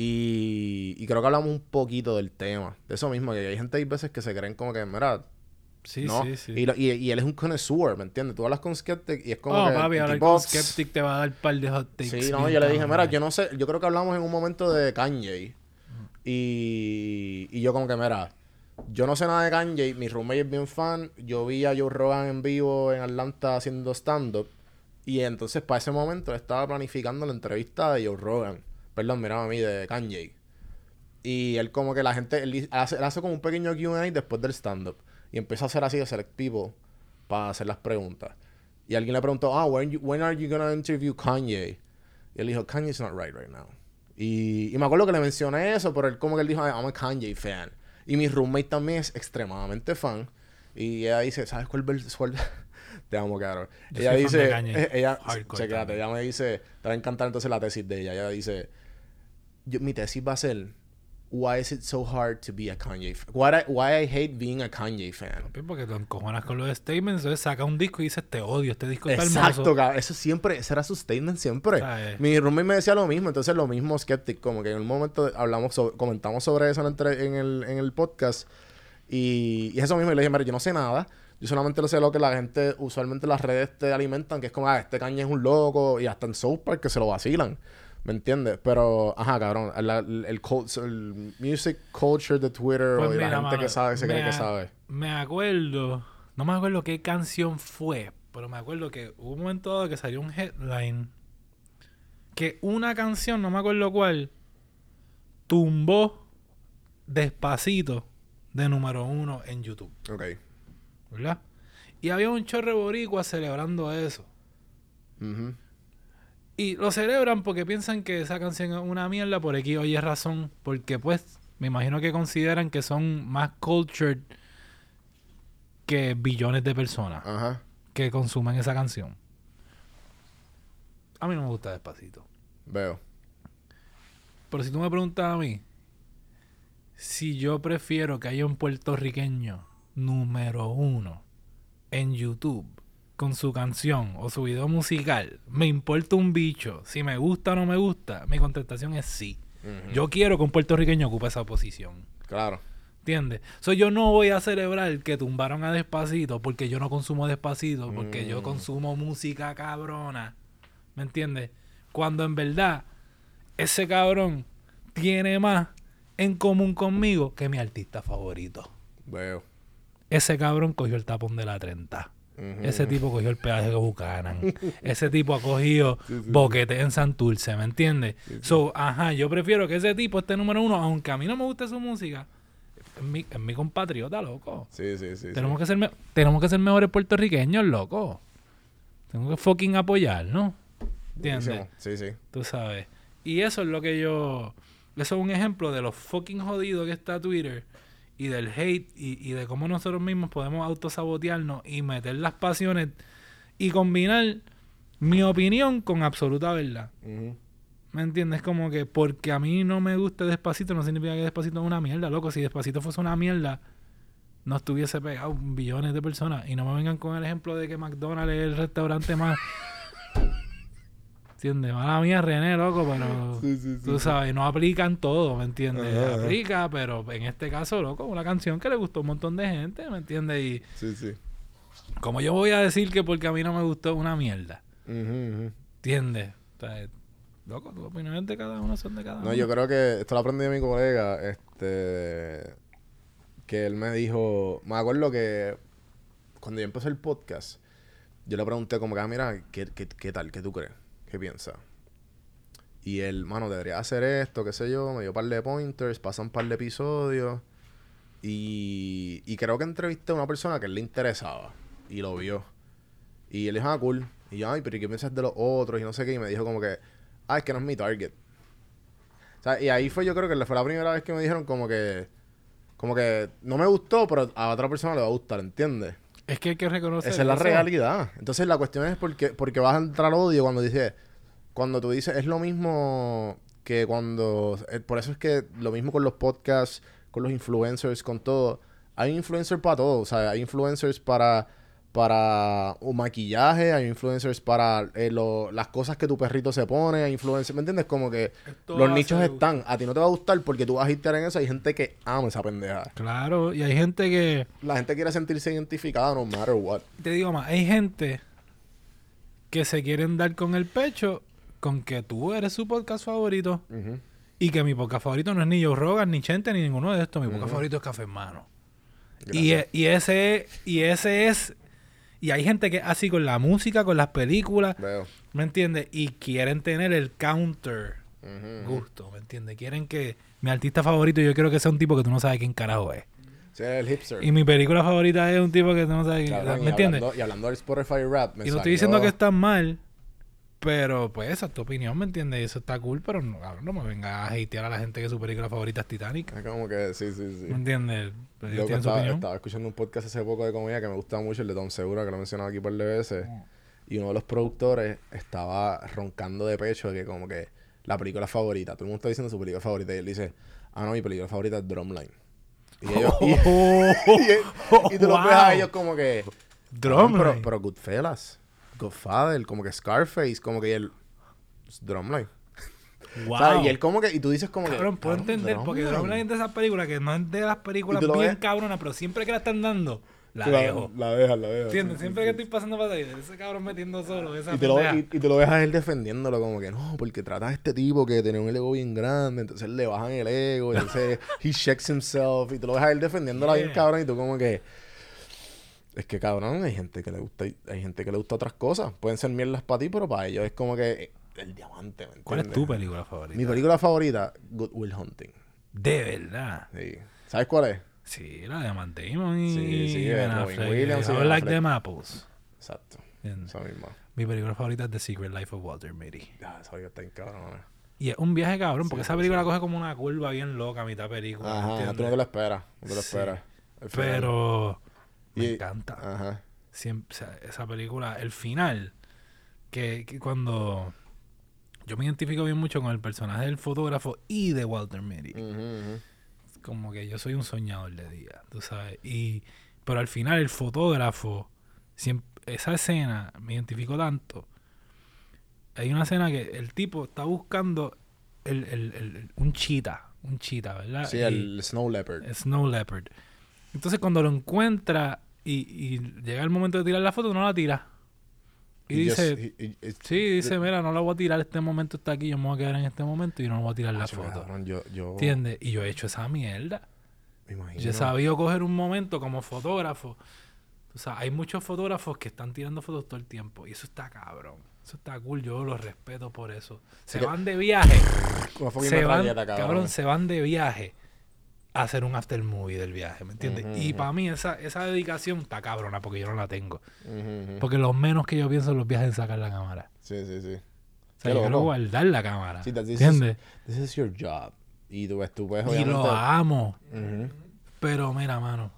Y creo que hablamos un poquito del tema. De eso mismo, que hay gente hay veces que se creen como que, mira, Sí, ¿no? sí. Y él es un connoisseur, ¿me entiendes? Tú hablas con Skeptic y es como Oh, que... papi, el ahora tipo, con Skeptic te va a dar un par de hot takes. Sí, no, bien yo le dije, mira, cabrones. yo no sé, yo creo que hablamos en un momento de Kanye. Y yo como que, mira, yo no sé nada de Kanye, mi roommate es bien fan, yo vi a Joe Rogan en vivo en Atlanta haciendo stand-up, y entonces para ese momento estaba planificando la entrevista de Joe Rogan, perdón, mira a mí, de Kanye. Y él como que la gente, él hace como un pequeño Q&A después del stand-up, y empieza a hacer así de select people para hacer las preguntas. Y alguien le preguntó, when are you gonna interview Kanye? Y él dijo, Kanye's not right now. Y me acuerdo que le mencioné eso, pero él como que él dijo, I'm a Kanye fan. Y mi roommate también es extremadamente fan. Y ella dice, ¿sabes cuál cuál? Te amo, cabrón. Yo Ella soy fan de dice, Kanye. ella, Hardcore chequéate, también. ella me dice, te va a encantar entonces la tesis de ella. Ella dice, mi tesis va a ser, why is it so hard to be a Kanye fan? Why I hate being a Kanye fan. Papi, porque te encojonas con los statements, entonces saca un disco y dices, te odio, este disco está Exacto, hermoso. cabrón. Eso siempre, ese era su statement siempre. ¿Sabes? Mi roommate me decía lo mismo, entonces lo mismo Skeptic, como que en un momento comentamos sobre eso en el podcast y eso mismo, y le dije, mira, yo no sé nada, yo solamente lo sé lo que la gente, usualmente las redes te alimentan, que es como, este Kanye es un loco, y hasta en South Park que se lo vacilan, ¿me entiendes? Pero, ajá, cabrón, el music culture de Twitter Pues o de mira, la gente mano, que sabe, se cree que sabe. Me acuerdo, No me acuerdo qué canción fue, pero me acuerdo que hubo un momento dado que salió un headline que una canción, no me acuerdo cuál, tumbó Despacito de número 1 en YouTube. Ok. ¿Verdad? Y había un chorro boricua celebrando eso. Ujú. Y lo celebran porque piensan que esa canción es una mierda por X o Y razón. Porque pues, me imagino que consideran que son más cultured que billones de personas Ajá. que consumen esa canción. A mí no me gusta Despacito. Veo. Pero si tú me preguntas a mí, si yo prefiero que haya un puertorriqueño número 1 en YouTube con su canción o su video musical, me importa un bicho. Si me gusta o no me gusta, mi contestación es sí. Ujú. Yo quiero que un puertorriqueño ocupe esa posición. Claro. ¿Entiendes? Yo no voy a celebrar que tumbaron a Despacito porque yo no consumo Despacito, porque yo consumo música cabrona. ¿Me entiendes? Cuando en verdad ese cabrón tiene más en común conmigo que mi artista favorito. Veo. Ese cabrón cogió el tapón de la 30. Ujú. Ese tipo cogió el peaje de Buchanan. Ese tipo ha cogido boquete en Santurce, ¿me entiendes? Yo prefiero que ese tipo esté número 1, aunque a mí no me guste su música. Es mi compatriota, loco. Sí. Tenemos que ser mejores puertorriqueños, loco. Tengo que fucking apoyar, ¿no? ¿Entiendes? Buenísimo. Sí. Tú sabes. Y eso es lo que yo... Eso es un ejemplo de lo fucking jodido que está Twitter y del hate y de cómo nosotros mismos podemos autosabotearnos y meter las pasiones y combinar mi opinión con absoluta verdad. Ujú. ¿Me entiendes? Como que porque a mí no me gusta Despacito no significa que Despacito es una mierda, loco. Si Despacito fuese una mierda, no estuviese pegado billones de personas. Y no me vengan con el ejemplo de que McDonald's es el restaurante más... ¿Entiendes? Mala mía, René, loco, pero... Tú sabes, no aplican todo, ¿me entiendes? Ajá. Aplica, pero en este caso, loco, una canción que le gustó a un montón de gente, ¿me entiendes? Y Sí. como yo voy a decir que porque a mí no me gustó una mierda, Ujú. ¿entiendes? O sea, loco, tus opiniones de cada uno son de cada uno. No, yo creo que esto lo aprendí de mi colega, que él me dijo, me acuerdo que cuando yo empecé el podcast, yo le pregunté como que, mira, ¿qué tal? ¿Qué tú crees? ¿Qué piensas? Y él, mano, debería hacer esto, qué sé yo, me dio un par de pointers, pasan un par de episodios y creo que entrevisté a una persona que él le interesaba y lo vio. Y él dijo, cool. Y yo, pero ¿y qué piensas de los otros? Y no sé qué, y me dijo como que, es que no es mi target. O sea, y ahí fue, yo creo que fue la primera vez que me dijeron como que no me gustó, pero a otra persona le va a gustar, ¿entiendes? Es que hay que reconocer Esa es la eso. realidad. Entonces la cuestión es porque vas a entrar al odio cuando tú dices, es lo mismo que cuando... por eso es que lo mismo con los podcasts, con los influencers, con todo. Hay influencers para todo. O sea, hay influencers para un maquillaje, hay influencers para las cosas que tu perrito se pone, hay influencers, ¿me entiendes? Como que Esto los hace- nichos están. A ti no te va a gustar porque tú vas a irte en eso. Hay gente que ama esa pendeja. Claro, y hay gente que... La gente quiere sentirse identificada no matter what. Te digo más, hay gente que se quieren dar con el pecho con que tú eres su podcast favorito Ujú. y que mi podcast favorito no es ni Joe Rogan, ni Chente, ni ninguno de estos. Mi podcast favorito es Café Hermano. Gracias. Y ese es... Y hay gente que así con la música, con las películas, Veo. ¿me entiendes? Y quieren tener el counter Ujú. gusto, ¿me entiendes? Quieren que mi artista favorito, yo quiero que sea un tipo que tú no sabes quién carajo es. Sí, el hipster. Y mi película favorita es un tipo que tú no sabes quién, Cabrón, ¿me entiendes? Y hablando del Spotify Rap, me Y no estoy salió- diciendo que está mal, pero pues esa es tu opinión, ¿me entiendes? Y eso está cool, pero no, cabrón, no me vengas a hatear a la gente que su película favorita es Titanic. Es como que sí. ¿Me entiendes? Pero ellos Yo tienen su opinión. estaba escuchando un podcast hace poco de comedia que me gusta mucho, el de Tom Segura, que lo he mencionado aquí un par de veces. Y uno de los productores estaba roncando de pecho de que como que la película favorita. Todo el mundo está diciendo su película favorita. Y él dice, no, mi película favorita es Drumline. Y ellos... y tú los ves a ellos como que... Drumline. Pero Goodfellas, Godfather, como que Scarface, como que él... Drumline. Wow. ¿Sabes? Y él como que... Y tú dices como que... Cabrón, puedo entender, porque Drumline es de esas películas que no es de las películas Y tú lo bien ves. cabronas, pero siempre que la están dando, la La dejo. dejas. ¿Entiendes? Siempre que estoy pasando para ahí, ese cabrón metiendo solo, esa Y te, lo, pendeja. y te lo ves a él defendiéndolo como que no, porque trata a este tipo que tiene un ego bien grande, entonces le bajan el ego, entonces he checks himself, y te lo ves a él defendiéndola bien Yeah. cabrón, y tú como que... Es que, cabrón, hay gente que le gusta otras cosas. Pueden ser mierdas para ti, pero para ellos es como que el diamante, ¿me entiendes? ¿Cuál es tu película favorita? Mi película favorita, Good Will Hunting. De verdad. Sí. ¿Sabes cuál es? Sí, la de Matt Damon y Sí, Ben Robin Affleck. Williams y I Ben like Affleck. them apples. Exacto. ¿Entiendes? Esa misma. Mi película favorita es The Secret Life of Walter Mitty. Ya, esa película está bien cabrona. Y es un viaje cabrón, porque Sí, esa película coge como una curva bien loca a mitad película. Ajá, ¿entiendes? tú no te lo esperas. No te lo Sí. esperas. El final. Pero me Y- encanta. Ajá. Siempre, o sea, esa película, el final, que cuando yo me identifico bien mucho con el personaje del fotógrafo y de Walter Mitty. Ujú, ujú. Como que yo soy un soñador de día, tú sabes. Pero al final el fotógrafo, esa escena me identificó tanto. Hay una escena que el tipo está buscando un cheetah, ¿verdad? Sí, Y- el Snow Leopard. Snow Leopard. Entonces cuando lo encuentra y llega el momento de tirar la foto, no la tira. Y dice, dice, mira, no la voy a tirar, este momento está aquí, yo me voy a quedar en este momento y no voy a tirar la foto. Cabrón, yo ¿Entiendes? Y yo he hecho esa mierda. me imagino. Yo he sabido coger un momento como fotógrafo. O sea, hay muchos fotógrafos que están tirando fotos todo el tiempo. Y eso está cabrón. Eso está cool. Yo los respeto por eso. Se que- van de viaje. Una fucking Se van, metralleta, cabrón, se van de viaje a hacer un after movie del viaje. ¿Me entiendes? Ujú, Y ujú. para mí esa dedicación está cabrona porque yo no la tengo. Ujú, ujú. Porque lo menos que yo pienso en los viajes es sacar la cámara. Sí, sí, sí. O sea, Qué yo quiero loco. guardar la cámara. Sí, ¿Entiendes? This is your job. Y tú puedes Y obviamente... lo amo. Ujú. Pero mira, mano.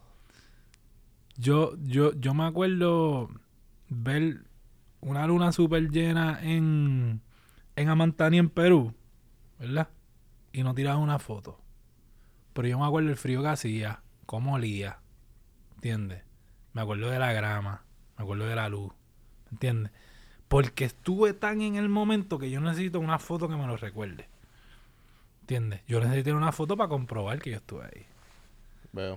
Yo me acuerdo ver una luna súper llena en Amantani, en Perú, ¿verdad? Y no tiraba una foto. Pero yo me acuerdo el frío que hacía, cómo olía, ¿entiendes? Me acuerdo de la grama, me acuerdo de la luz, ¿entiendes? Porque estuve tan en el momento que yo necesito una foto que me lo recuerde, ¿entiendes? Yo necesito una foto para comprobar que yo estuve ahí. Veo.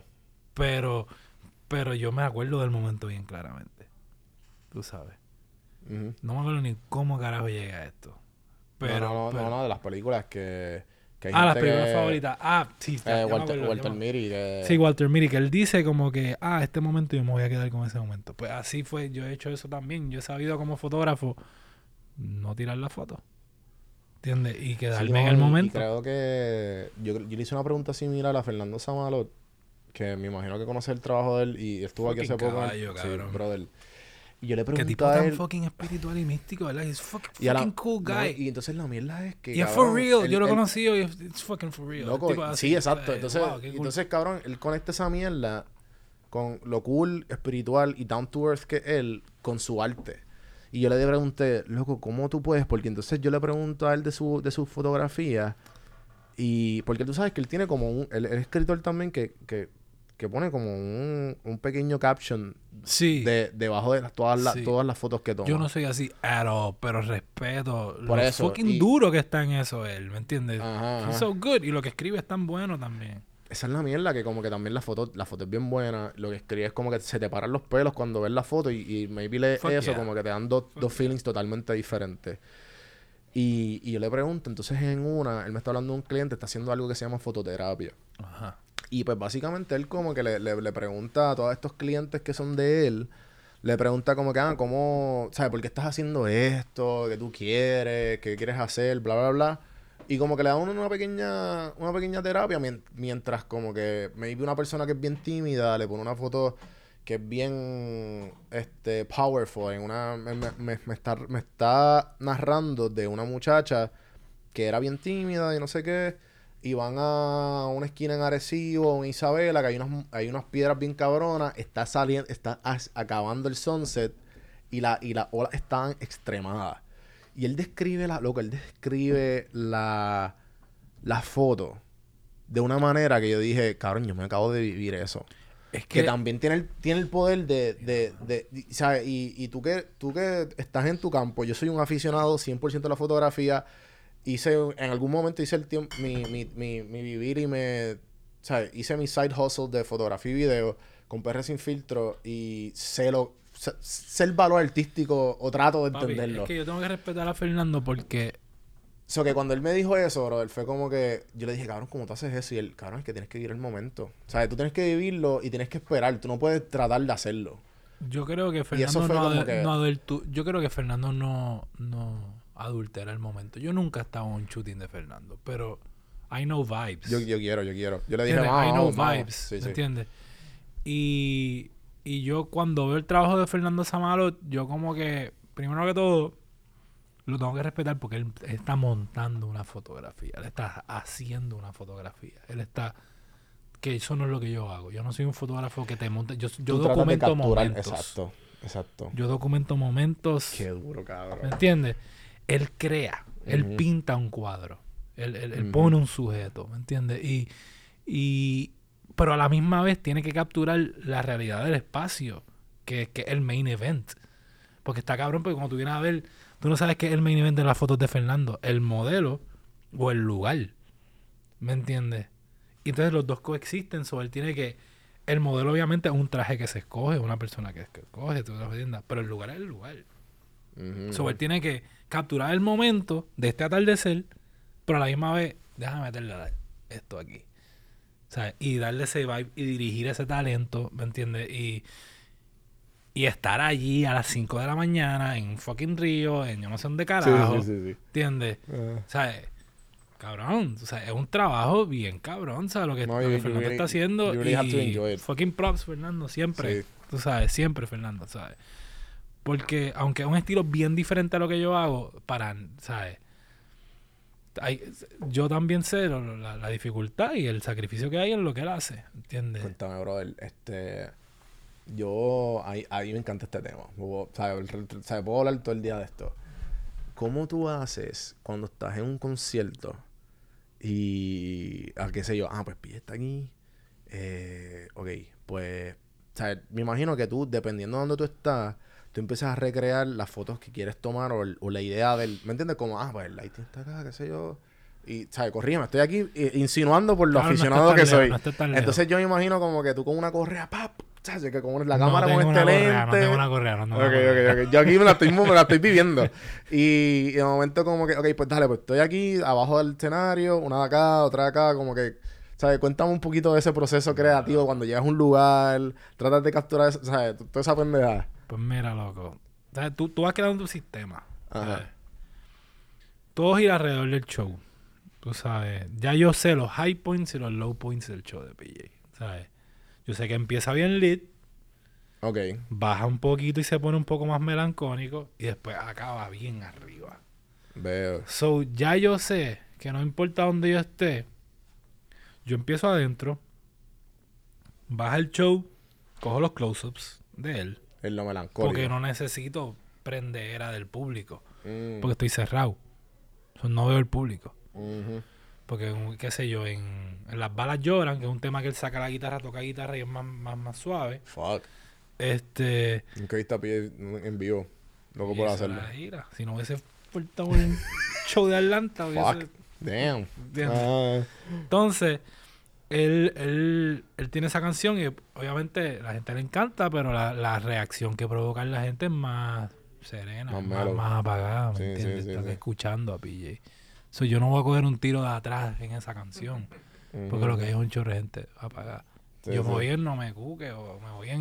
Pero yo me acuerdo del momento bien claramente. Tú sabes. Ujú. No me acuerdo ni cómo carajo llegué a esto. Pero, no, de las películas que hay las gente películas que- favoritas. Sí, ya me acuerdo, ya Walter me- Mitty. Que... Sí, Walter Mitty, que él dice como que, este momento yo me voy a quedar con ese momento. Pues así fue, yo he hecho eso también. Yo he sabido como fotógrafo no tirar la foto. ¿Entiendes? Y Sí, quedarme en no, el y momento. creo que... Yo le hice una pregunta similar a Fernando Samalot, que me imagino que conoce el trabajo de él y estuvo aquí hace Fucking poco. caballo, cabrón. Sí, brother. Y yo le Qué pregunté tipo a tan él... fucking espiritual y místico, ¿verdad? He's y a la- fucking cool no, guy. y entonces la mierda es que... Y es cabrón, for real. él- Yo lo he él- conocido y it's fucking for real. Loco, El tipo así, sí, exacto. ¿sabes? Entonces, Wow, qué cool. entonces, cabrón, él conecta esa mierda con lo cool, espiritual y down to earth que él con su arte. Y yo le pregunté, loco, ¿cómo tú puedes? Porque entonces yo le pregunto a él de su fotografía y porque tú sabes que él tiene como él es escritor también que pone como un pequeño caption Sí. debajo de todas Sí. las fotos que toma. Yo no soy así at all, pero respeto Por lo eso, fucking y- duro que está en eso él, ¿me entiendes? Ajá, He's ajá. so good. Y lo que escribe es tan bueno también. Esa es la mierda, que como que también la foto es bien buena. Lo que escribe es como que se te paran los pelos cuando ves la foto y maybe lees Fuck eso, yeah. como que te dan dos feelings totalmente diferentes. Y yo le pregunto, entonces él me está hablando de un cliente, está haciendo algo que se llama fototerapia. Ajá. Y pues básicamente él como que le pregunta a todos estos clientes que son de él, le pregunta como que, ¿cómo, sabes, por qué estás haciendo esto? ¿Qué tú quieres? ¿Qué quieres hacer? Bla, bla, bla. Y como que le da una pequeña terapia mientras como que maybe una persona que es bien tímida le pone una foto que es bien powerful. Me está narrando de una muchacha que era bien tímida y no sé qué. Y van a una esquina en Arecibo, en Isabela, que hay unas piedras bien cabronas. Está acabando el sunset y las olas están extremadas. Y él describe la foto de una manera que yo dije, cabrón, yo me acabo de vivir eso. Es Que que también tiene el poder ¿sabes? Y tú que estás en tu campo, yo soy un aficionado 100% de la fotografía. En algún momento hice mi vivir y ¿sabes? Hice mi side hustle de fotografía y video con PR sin filtro y sé el valor artístico o trato de papi, entenderlo. es que yo tengo que respetar a Fernando porque So que cuando él me dijo eso, bro, él fue como que... Yo le dije, cabrón, ¿cómo tú haces eso? Y él, cabrón, es que tienes que vivir el momento. O sea, tú tienes que vivirlo y tienes que esperar. Tú no puedes tratar de hacerlo. Yo creo que Y eso Fernando fue no, como que... yo creo que Fernando no adultera el momento. Yo nunca he estado en un shooting de Fernando, pero I know vibes. Yo quiero. Yo le dije, ¿Entiendes? I know vamos. vibes, Sí, ¿me sí. entiendes? Y yo cuando veo el trabajo de Fernando Samalo, yo como que, primero que todo, lo tengo que respetar porque él está montando una fotografía, él está haciendo una fotografía, él está... Que eso no es lo que yo hago. Yo no soy un fotógrafo que te monta... Yo Tú tratas de documento capturar... momentos. Exacto. Yo documento momentos. Qué duro, cabrón. ¿Me entiendes? Él crea, él pinta un cuadro, él pone un sujeto, ¿me entiendes? Pero a la misma vez tiene que capturar la realidad del espacio, que es el main event. Porque está cabrón, porque cuando tú vienes a ver, tú no sabes qué es el main event de las fotos de Fernando, el modelo o el lugar, ¿me entiendes? Y entonces los dos coexisten, él tiene que... El modelo obviamente es un traje que se escoge, una persona que escoge, tú lo entiendes, pero el lugar es el lugar. Él tiene que capturar el momento de este atardecer, pero a la misma vez, déjame meterle esto aquí. ¿Sabes? Y darle ese vibe y dirigir ese talento, ¿me entiendes? Y estar allí a las 5 de la mañana en fucking Río, en yo no sé dónde carajo. Sí. ¿Entiendes? ¿Sabes? Cabrón, o sea, es un trabajo bien cabrón, ¿sabes? Lo que Fernando está haciendo. You really have to enjoy it. Fucking props, Fernando, siempre. Sí. Tú sabes, siempre, Fernando, ¿sabes? Porque, aunque es un estilo bien diferente a lo que yo hago, ¿sabes? Yo también sé la dificultad y el sacrificio que hay en lo que él hace, ¿entiendes? Cuéntame, brother. Yo... A mí me encanta este tema. ¿Sabes? Puedo hablar todo el día de esto. ¿Cómo tú haces cuando estás en un concierto y... qué sé yo? Pues Pille está aquí. Ok, pues... ¿Sabes? Me imagino que tú, dependiendo de dónde tú estás, tú empiezas a recrear las fotos que quieres tomar o la idea del... ¿Me entiendes? Como, pues el lighting está acá, qué sé yo. Y, ¿sabes? Corrígeme, estoy aquí insinuando por lo Claro, aficionado que soy. No estés tan lejos. Entonces yo me imagino como que tú con una correa, ¡pap! ¿Sabes? Que como la No cámara tengo con una este correa, lente. No tengo una correa, no tengo una correa. Ok. Yo aquí me la estoy viviendo. Y de momento como que, ok, pues dale, pues estoy aquí abajo del escenario, una de acá, otra de acá, como que, ¿sabes? Cuéntame un poquito de ese proceso creativo cuando llegas a un lugar, tratas de capturar, ¿sabes? Toda esa pendejada. Pues mira, loco. ¿Sabes? Tú vas creando tu sistema. Ajá. ¿Sabes? Todo gira alrededor del show. Tú sabes. Ya yo sé los high points y los low points del show de PJ. ¿Sabes? Yo sé que empieza bien lit. Ok. Baja un poquito y se pone un poco más melancólico. Y después acaba bien arriba. Veo. So, ya yo sé que no importa dónde yo esté. Yo empiezo adentro. Baja el show. Cojo los close-ups de él. Es lo melancólico. Porque no necesito prendera del público. Porque estoy cerrado. So, no veo el público. Porque, qué sé yo, en Las Balas Lloran, que es un tema que él saca la guitarra, toca guitarra y es más suave. Fuck. Nunca he visto a Pille en vivo. Loco por hacerlo. Si no hubiese faltado un show de Atlanta, Fuck. Damn. Entonces, él tiene esa canción y obviamente la gente le encanta, pero la reacción que provoca en la gente es más serena, más apagada, ¿me entiendes? Sí, Están escuchando a PJ. So, yo no voy a coger un tiro de atrás en esa canción, porque lo que hay es un chorro de gente apagada. Yo me voy en No Me Cuque, o me voy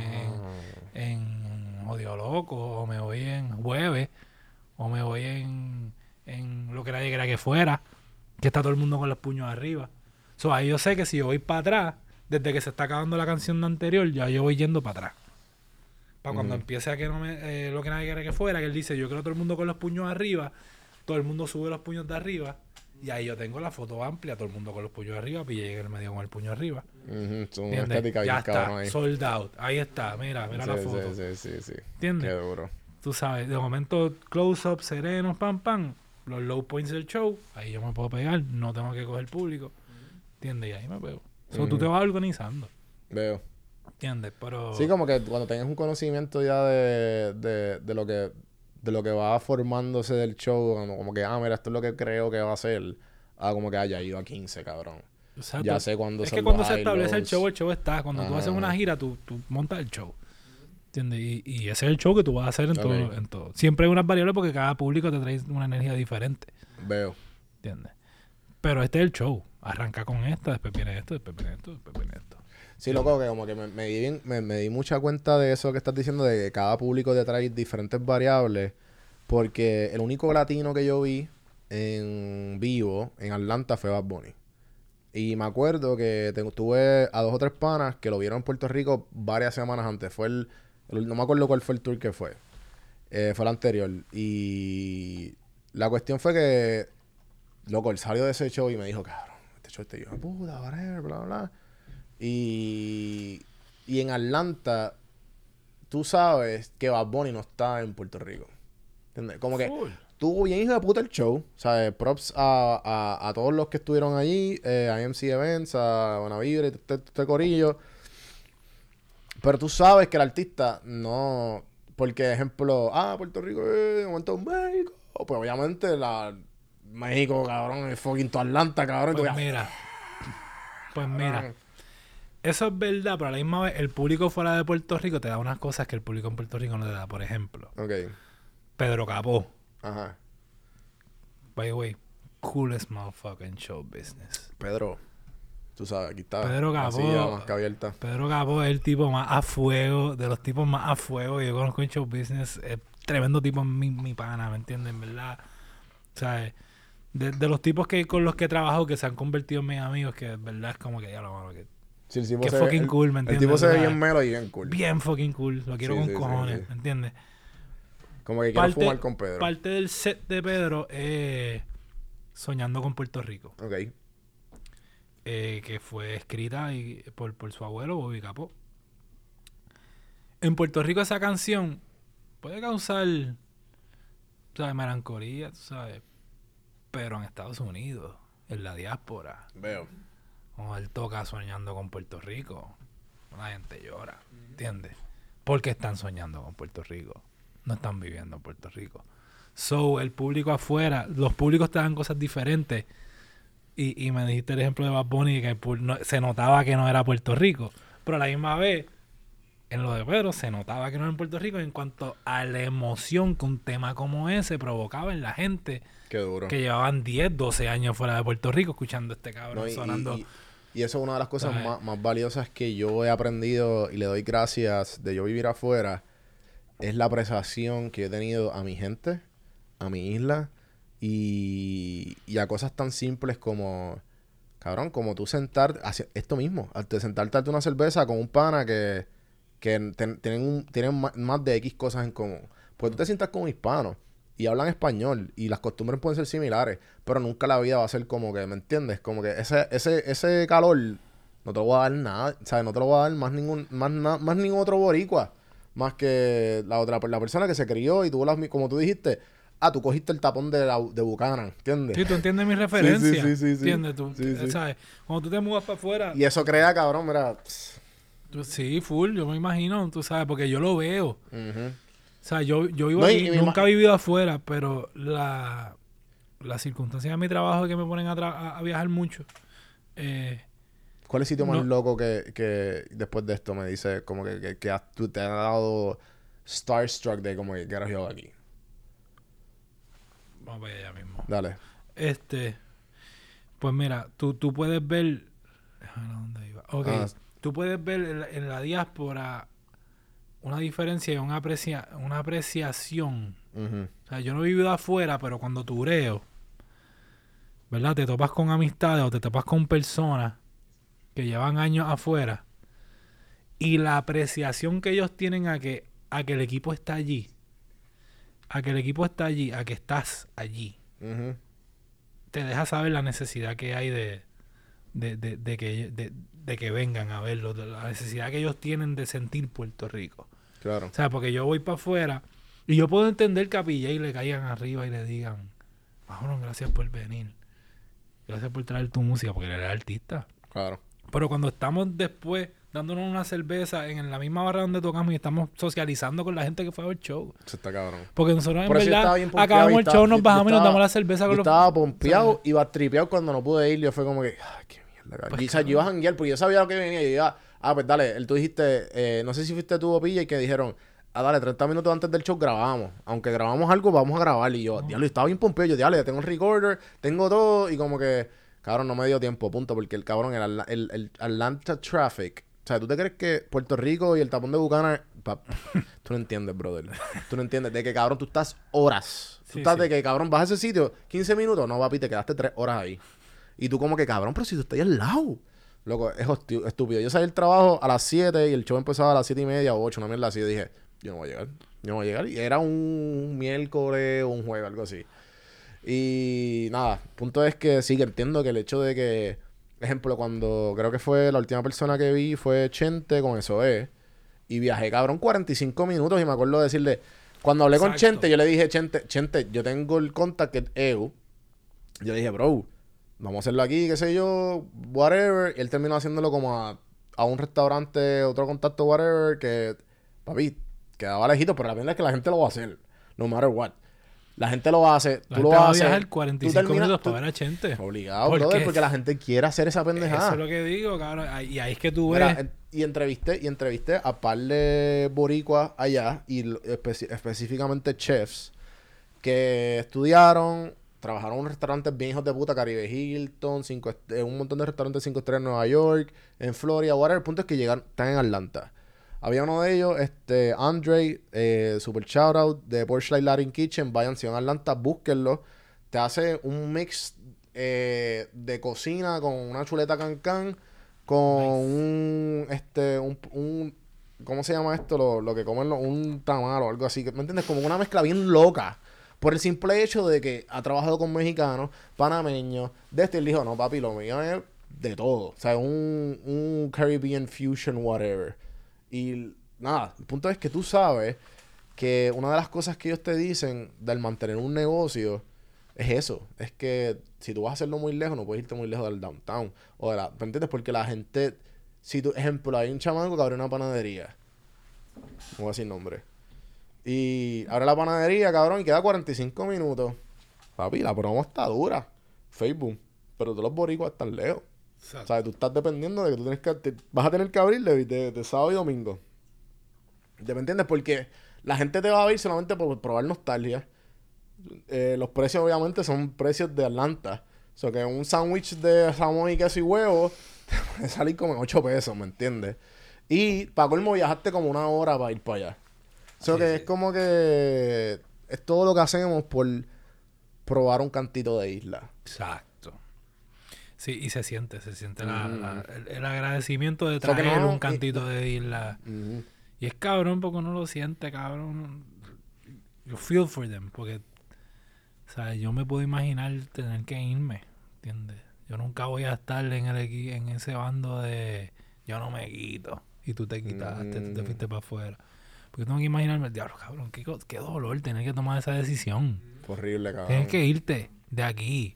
en Odio Loco, o me voy en Jueves, o me voy en Lo que nadie quería que fuera, que está todo el mundo con los puños arriba. So, ahí yo sé que si yo voy para atrás, desde que se está acabando la canción anterior, ya yo voy yendo para atrás. Para cuando empiece a que Lo que nadie quería que fuera, que él dice, yo quiero todo el mundo con los puños arriba, todo el mundo sube los puños de arriba, y ahí yo tengo la foto amplia, todo el mundo con los puños arriba, y llega en el medio con el puño arriba. Una estética ya bien está, cabrón ahí. sold out. Ahí está, mira la foto. Sí. ¿Entiendes? Qué duro. Tú sabes, de momento, close-up, serenos, pam, los low points del show, ahí yo me puedo pegar, no tengo que coger público. ¿Entiendes? Y ahí me pego. Tú te vas organizando. Veo. ¿Entiendes? Pero... Sí, como que cuando tengas un conocimiento ya de lo que va formándose del show, como que, mira, esto es lo que creo que va a ser, como que haya ido a 15, cabrón. Exacto. Ya sé cuándo es que cuando se establece el show está. Cuando tú haces una gira, tú montas el show. ¿Entiendes? Y ese es el show que tú vas a hacer en todo. Siempre hay unas variables porque cada público te trae una energía diferente. Veo. ¿Entiendes? Pero este es el show. Arranca con esta, después viene esto, después viene esto, después viene esto. Sí, loco, que como que me di mucha cuenta de eso que estás diciendo, de que cada público te trae diferentes variables, porque el único latino que yo vi en vivo en Atlanta fue Bad Bunny. Y me acuerdo que tuve a 2 o 3 panas que lo vieron en Puerto Rico varias semanas antes. No me acuerdo cuál fue el tour que fue. Fue el anterior. Y la cuestión fue que, loco, él salió de ese show y me dijo, cabrón, este show yo, puta, whatever, bla, bla. Y en Atlanta, tú sabes que Bad Bunny no está en Puerto Rico. ¿Entiendes? Como que tuvo bien hijo de puta el show. ¿Sabes? Props a todos los que estuvieron allí. A IMC Events, a Bonavibra y este corillo. Pero tú sabes que el artista no... Porque, ejemplo, Puerto Rico, de momento México. Pues obviamente México, cabrón, es fucking todo Atlanta, cabrón. Pues mira. Eso es verdad, pero a la misma vez el público fuera de Puerto Rico te da unas cosas que el público en Puerto Rico no te da. Por ejemplo, Pedro Capó. Ajá. By the way, coolest motherfucking show business. Pedro, tú sabes, aquí está. Pedro Capó. Más que abierta. Pedro Capó es el tipo más a fuego, de los tipos más a fuego que yo conozco en show business. Es tremendo tipo, mi pana, ¿me entiendes? En verdad. ¿Sabes? De los tipos con los que he trabajado que se han convertido en mis amigos, que en verdad es como que ya lo mano que... Sí, el tipo que fucking cool, ¿me entiendes? El tipo se ve bien melo y bien cool. Bien fucking cool. Lo quiero con cojones, ¿me entiendes? Como que quiero fumar con Pedro. Parte del set de Pedro es Soñando con Puerto Rico. Ok. Que fue escrita por su abuelo, Bobby Capó. En Puerto Rico esa canción puede causar, ¿sabes? Melancolía, tú sabes. Pero en Estados Unidos, en la diáspora... Veo. Cuando él toca Soñando con Puerto Rico, la gente llora, ¿entiendes? Porque están soñando con Puerto Rico. No están viviendo en Puerto Rico. So, el público afuera, los públicos te dan cosas diferentes. Y me dijiste el ejemplo de Bad Bunny, que se notaba que no era Puerto Rico. Pero a la misma vez, en lo de Pedro, se notaba que no era en Puerto Rico en cuanto a la emoción que un tema como ese provocaba en la gente. Qué duro. Que llevaban 10, 12 años fuera de Puerto Rico escuchando este cabrón sonando... Y eso es una de las cosas más valiosas que yo he aprendido y le doy gracias de yo vivir afuera. Es la apreciación que he tenido a mi gente, a mi isla y a cosas tan simples como, cabrón, como tú sentarte, esto mismo, sentarte a una cerveza con un pana que tienen más de X cosas en común. Pues tú te sientas con un hispano y hablan español y las costumbres pueden ser similares, pero nunca la vida va a ser como que, ¿me entiendes? Como que ese calor no te lo va a dar nada, ¿sabes? No te lo va a dar más ningún otro boricua, más que la persona que se crió y tuvo como tú dijiste, tú cogiste el tapón de Buchanan, ¿entiendes? Sí, tú entiendes mi referencia. Sí. ¿Entiendes tú? Sí. ¿Sabes? Cuando tú te mudas para afuera... Y eso crea, cabrón, mira... Sí, full, yo me imagino, tú sabes, porque yo lo veo. Uh-huh. O sea, yo vivo aquí, nunca he vivido afuera, pero las circunstancias de mi trabajo que me ponen a viajar mucho. ¿Cuál es el sitio más loco que después de esto me dice como que tú te has dado starstruck de como que quiero yo aquí? Vamos para allá mismo. Dale. Pues mira, tú puedes ver... ¿Dónde iba? Ok. Tú puedes ver en la diáspora una diferencia y una apreciación. Uh-huh. O sea, yo no he vivido afuera, pero cuando tureo, ¿verdad? Te topas con amistades o te topas con personas que llevan años afuera y la apreciación que ellos tienen a que el equipo está allí, a que estás allí, uh-huh, te deja saber la necesidad que hay de que vengan a verlo, de la necesidad que ellos tienen de sentir Puerto Rico. Claro. O sea, porque yo voy para afuera y yo puedo entender que a PJ le caigan arriba y le digan, vámonos, gracias por venir, gracias por traer tu música, porque él era artista. Claro. Pero cuando estamos después dándonos una cerveza en la misma barra donde tocamos y estamos socializando con la gente que fue a ver el show. Eso está cabrón. Porque nosotros en verdad acabamos el show, nos bajamos y nos damos la cerveza con los... Yo estaba pompeado y tripeado cuando no pude ir. Yo fue como que, qué mierda. Pues, yo iba a janguear porque yo sabía lo que venía. Yo iba, pues dale, tú dijiste, no sé si fuiste tú o Pilla, y que dijeron, dale, 30 minutos antes del show grabamos. Aunque grabamos algo, vamos a grabar. Y yo, diablo, estaba bien pompeado. Yo, diablo, ya tengo el recorder, tengo todo. Y como que, cabrón, no me dio tiempo, punto. Porque el cabrón, el Atlanta Traffic, sea, ¿tú te crees que Puerto Rico y el tapón de Buchanan... Tú no entiendes, brother. Tú no entiendes. De que, cabrón, tú estás horas. Tú estás de que, cabrón, vas a ese sitio 15 minutos. No, papi, te quedaste 3 horas ahí. Y tú como que, cabrón, pero si tú estás ahí al lado. Loco, es estúpido. Yo salí del trabajo a las 7 y el show empezaba a las 7:30 o 8, una mierda así. Yo dije, yo no voy a llegar. Yo no voy a llegar. Y era un miércoles o un jueves, algo así. Y nada, el punto es que sí, que entiendo que el hecho de que, ejemplo, cuando creo que fue la última persona que vi fue Chente con Eso y viajé, cabrón, 45 minutos y me acuerdo de decirle, cuando hablé con Chente, yo le dije, Chente, yo tengo el contact que es EU. Yo le dije, bro, vamos a hacerlo aquí, qué sé yo, whatever. Y él terminó haciéndolo como a un restaurante, otro contacto, whatever, que, papi, quedaba lejito, pero la verdad es que la gente lo va a hacer, no matter what. La gente lo hace, tú lo vas a hacer. Viajar 45 minutos para ver a Chente. Obligado, brother, porque la gente quiere hacer esa pendejada. Eso es lo que digo, cabrón. Y ahí es que tú ves... Mira, y entrevisté a par de boricuas allá, y específicamente chefs, que estudiaron, trabajaron en restaurantes bien hijos de puta, Caribe Hilton, un montón de restaurantes 5 estrellas en Nueva York, en Florida, whatever. El punto es que están en Atlanta. Había uno de ellos, Andre, super shout out de Porsche Light Latin Kitchen. Vayan, si van a Atlanta, búsquenlo. Te hace un mix de cocina con una chuleta can con nice. un ¿cómo se llama esto? Lo que comen un tamal o algo así. ¿Me entiendes? Como una mezcla bien loca. Por el simple hecho de que ha trabajado con mexicanos, panameños. Él dijo, no, papi, lo mío es de todo. O sea, un Caribbean fusion, whatever. Y nada, el punto es que tú sabes que una de las cosas que ellos te dicen del mantener un negocio es eso. Es que si tú vas a hacerlo muy lejos, no puedes irte muy lejos del downtown. O ¿me entiendes? Porque la gente... Si tú, ejemplo, hay un chamaco que abre una panadería. No voy a decir nombre. Y abre la panadería, cabrón, y queda 45 minutos. Papi, la promo está dura. Facebook. Pero todos los boricuas están lejos. Exacto. O sea, tú estás dependiendo de que tú tienes que... vas a tener que abrir de sábado y domingo. ¿Me entiendes? Porque la gente te va a ver solamente por probar nostalgia. Los precios, obviamente, son precios de Atlanta. O sea, que un sándwich de jamón y queso y huevo te puede salir como en 8 pesos, ¿me entiendes? Y para colmo viajaste como 1 hora para ir para allá. O sea, que es como que... es todo lo que hacemos por probar un cantito de isla. Exacto. Sí, y se siente el agradecimiento de traer un cantito de isla. Y es cabrón porque uno lo siente, cabrón. Yo feel for them, porque, o sea, yo me puedo imaginar tener que irme, ¿entiendes? Yo nunca voy a estar en ese bando de yo no me quito y tú te quitaste, tú te fuiste para afuera. Porque tengo que imaginarme, diablo, cabrón, qué dolor tener que tomar esa decisión. Horrible, cabrón. Tienes que irte de aquí,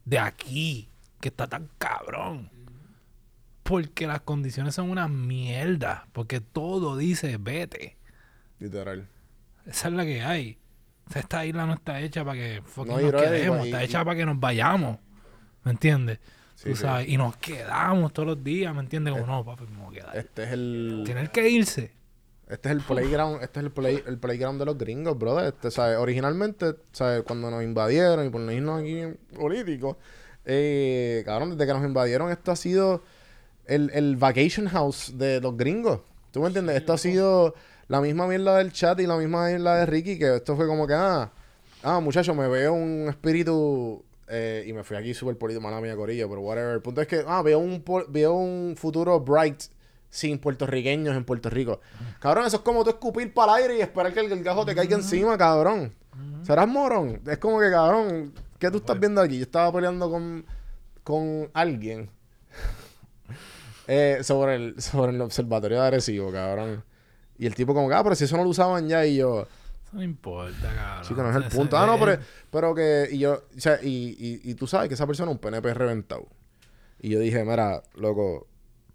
que está tan cabrón. Porque las condiciones son una mierda. Porque todo dice vete. Literal. Esa es la que hay. O sea, esta isla no está hecha para que nos quedemos. Está hecha para que nos vayamos. ¿Me entiendes? Sí, tú sabes. Y nos quedamos todos los días. ¿Me entiendes? Como no, papi, me voy a quedar. Este es el... Tener que irse. Este es el playground. Este es el playground de los gringos, brother. ¿Sabes? Originalmente, ¿sabes? Cuando nos invadieron y por no irnos aquí en políticos... cabrón, desde que nos invadieron, esto ha sido el vacation house de los gringos. ¿Tú me entiendes? Esto ha sido la misma mierda del chat y la misma mierda de Ricky, que esto fue como que, muchacho, me veo un espíritu, y me fui aquí súper político, mala mía, corillo, pero whatever. El punto es que, veo un futuro bright sin puertorriqueños en Puerto Rico. Cabrón, eso es como tú escupir para el aire y esperar que el gajo te caiga encima, cabrón. ¿Serás morón? Es como que, cabrón, ¿qué tú estás viendo aquí? Yo estaba peleando con alguien sobre el observatorio de Arecibo, cabrón. Y el tipo como que, pero si eso no lo usaban ya, y yo... Eso no importa, cabrón. Chico, no es el punto. Pero que... Y yo... O sea, y tú sabes que esa persona es un PNP reventado. Y yo dije, mira, loco...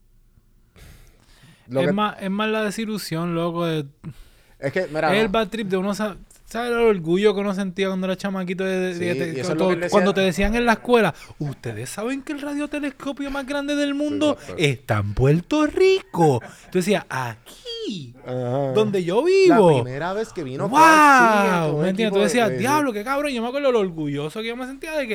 Es más la desilusión, loco, de... Es que, mira... Es el bad trip de uno... ¿Sabes el orgullo que uno sentía cuando era chamaquito? Cuando te decían en la escuela, ustedes saben que el radiotelescopio más grande del mundo está en Puerto Rico. Tú decías, aquí, donde yo vivo. La primera vez que vino. ¡Wow! ¿Me entiendes? Tú decías, diablo, qué cabrón. Yo me acuerdo lo orgulloso que yo me sentía de que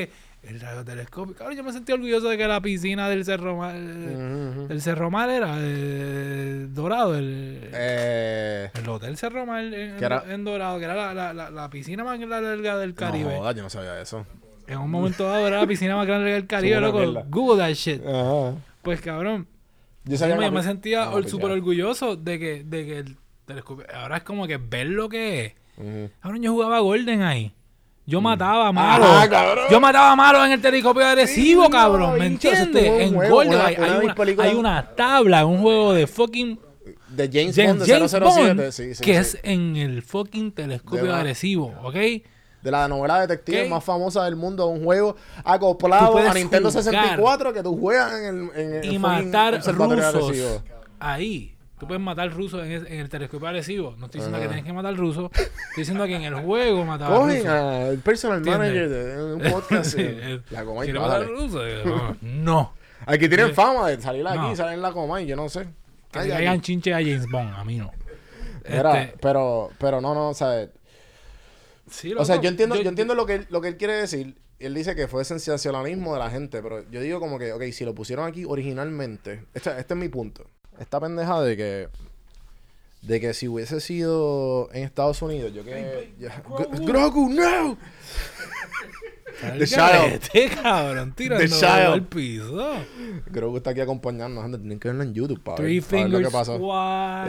El radiotelescopio. Cabrón, yo me sentí orgulloso de que la piscina del Cerro Mar... El Cerro Mar era Dorado. El Hotel Cerro Mar en Dorado, que era la piscina más larga del Caribe. No jodas, yo no sabía eso. En un momento dado era la piscina más grande del Caribe, Somos una loco. mierda. Google that shit. Ajá. Pues, cabrón, Yo sabía yo me sentía pues súper ya. orgulloso de que el telescopio... Ahora es como que ver lo que es. Ujú. Cabrón, yo jugaba Golden ahí. Yo mataba a malos. Ajá, cabrón. Yo mataba a malos en el telescopio agresivo, Sí, cabrón. no, ¿Me bicho, eso entiendes? estuvo en En un juego, Golden una hay una tabla, en un juego de fucking De James James Bond de 007. Bond, Sí, sí, que sí. es en el fucking telescopio De la- agresivo, ¿ok? De la novela de detectives ¿Qué? más famosa del mundo. Un juego Tú acoplado puedes a Nintendo jugar 64 que tú juegas en el Y fucking matar observatorio rusos agresivo. ahí. Tú puedes matar rusos en el telescopio agresivo. No estoy diciendo que tienes que matar rusos. Estoy diciendo que en el juego mataba Cogen rusos. al personal ¿Entiendes? manager de un podcast. Sí, La Comay, ¿quieres matar bájale. rusos? No. Aquí tienen fama de salir aquí No. y salir en la Comay, yo no sé. Que Ay, le ay. caigan chinche a James Bond. A mí no. Mira, Este, pero no, o sea, sí, o sea, loco, yo entiendo lo que él quiere decir. Él dice que fue sensacionalismo de la gente, pero yo digo como que, ok, si lo pusieron aquí originalmente, este es mi punto. Esta pendeja de que si hubiese sido en Estados Unidos, yo que... Grogu, no! The Child. Cabrón, tirando The Child. al piso. Grogu está aquí acompañándonos, gente, tienen que verlo en YouTube para Three ver lo Finger que pasó. Squad.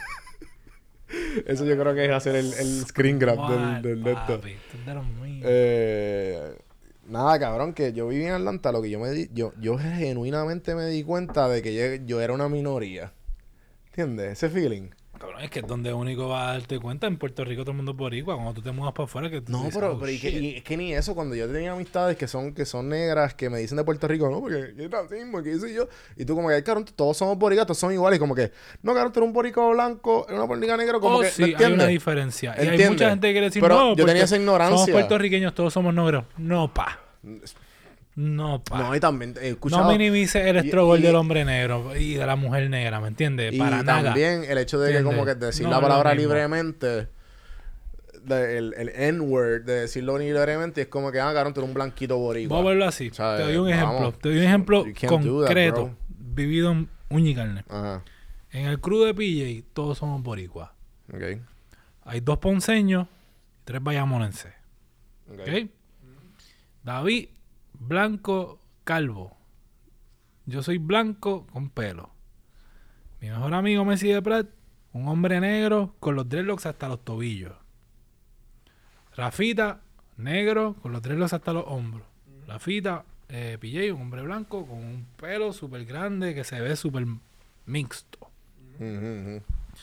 Eso yo creo que es hacer el screen grab Squad, del de esto. papi, esto es de los míos. Nada, cabrón, que yo viví en Atlanta, lo que yo genuinamente me di cuenta de que yo era una minoría. ¿Entiendes? Ese feeling. Cabrón, es que es donde único vas a darte cuenta. En Puerto Rico todo el mundo es boricua. Cuando tú te mudas para afuera, que tú No, dices, pero oh, y shit. es que ni eso, cuando yo tenía amistades que son negras, que me dicen de Puerto Rico, no, porque es racismo, que hice yo. Y tú como que, cabrón, todos somos boricuas, todos son iguales. Y como que, no, cabrón, tú eres un boricua blanco, eres una boricua negro, como Oh, que, sí, ¿me hay entiendes? una diferencia. Y hay ¿Entiendes? mucha gente que quiere decir, Pero no, yo porque tenía esa ignorancia. somos puertorriqueños, todos somos negros. No, pa. No, pa. No, y también he escuchado... No minimice el struggle y- del hombre negro y de la mujer negra, ¿me entiendes? Y Para nada. también el hecho de que como que decir No la es lo palabra mismo. libremente, el N-word, de decirlo libremente, es como que, cabrón, tú eres un blanquito boricua. Vamos a verlo así. ¿Sabes? Te doy un ejemplo. Vamos. Te doy un ejemplo You can't do that, concreto. bro. Vivido en uña y carne. Ajá, En el crew de PJ, todos somos boricuas. ok. Hay 2 ponceños y 3 bayamonenses. Ok. ¿Ok? David, blanco, calvo. Yo soy blanco con pelo. Mi mejor amigo Messi de Prat, un hombre negro con los dreadlocks hasta los tobillos. Rafita, negro con los dreadlocks hasta los hombros. Rafita, PJ, un hombre blanco con un pelo súper grande que se ve súper mixto. Ujú, ujú.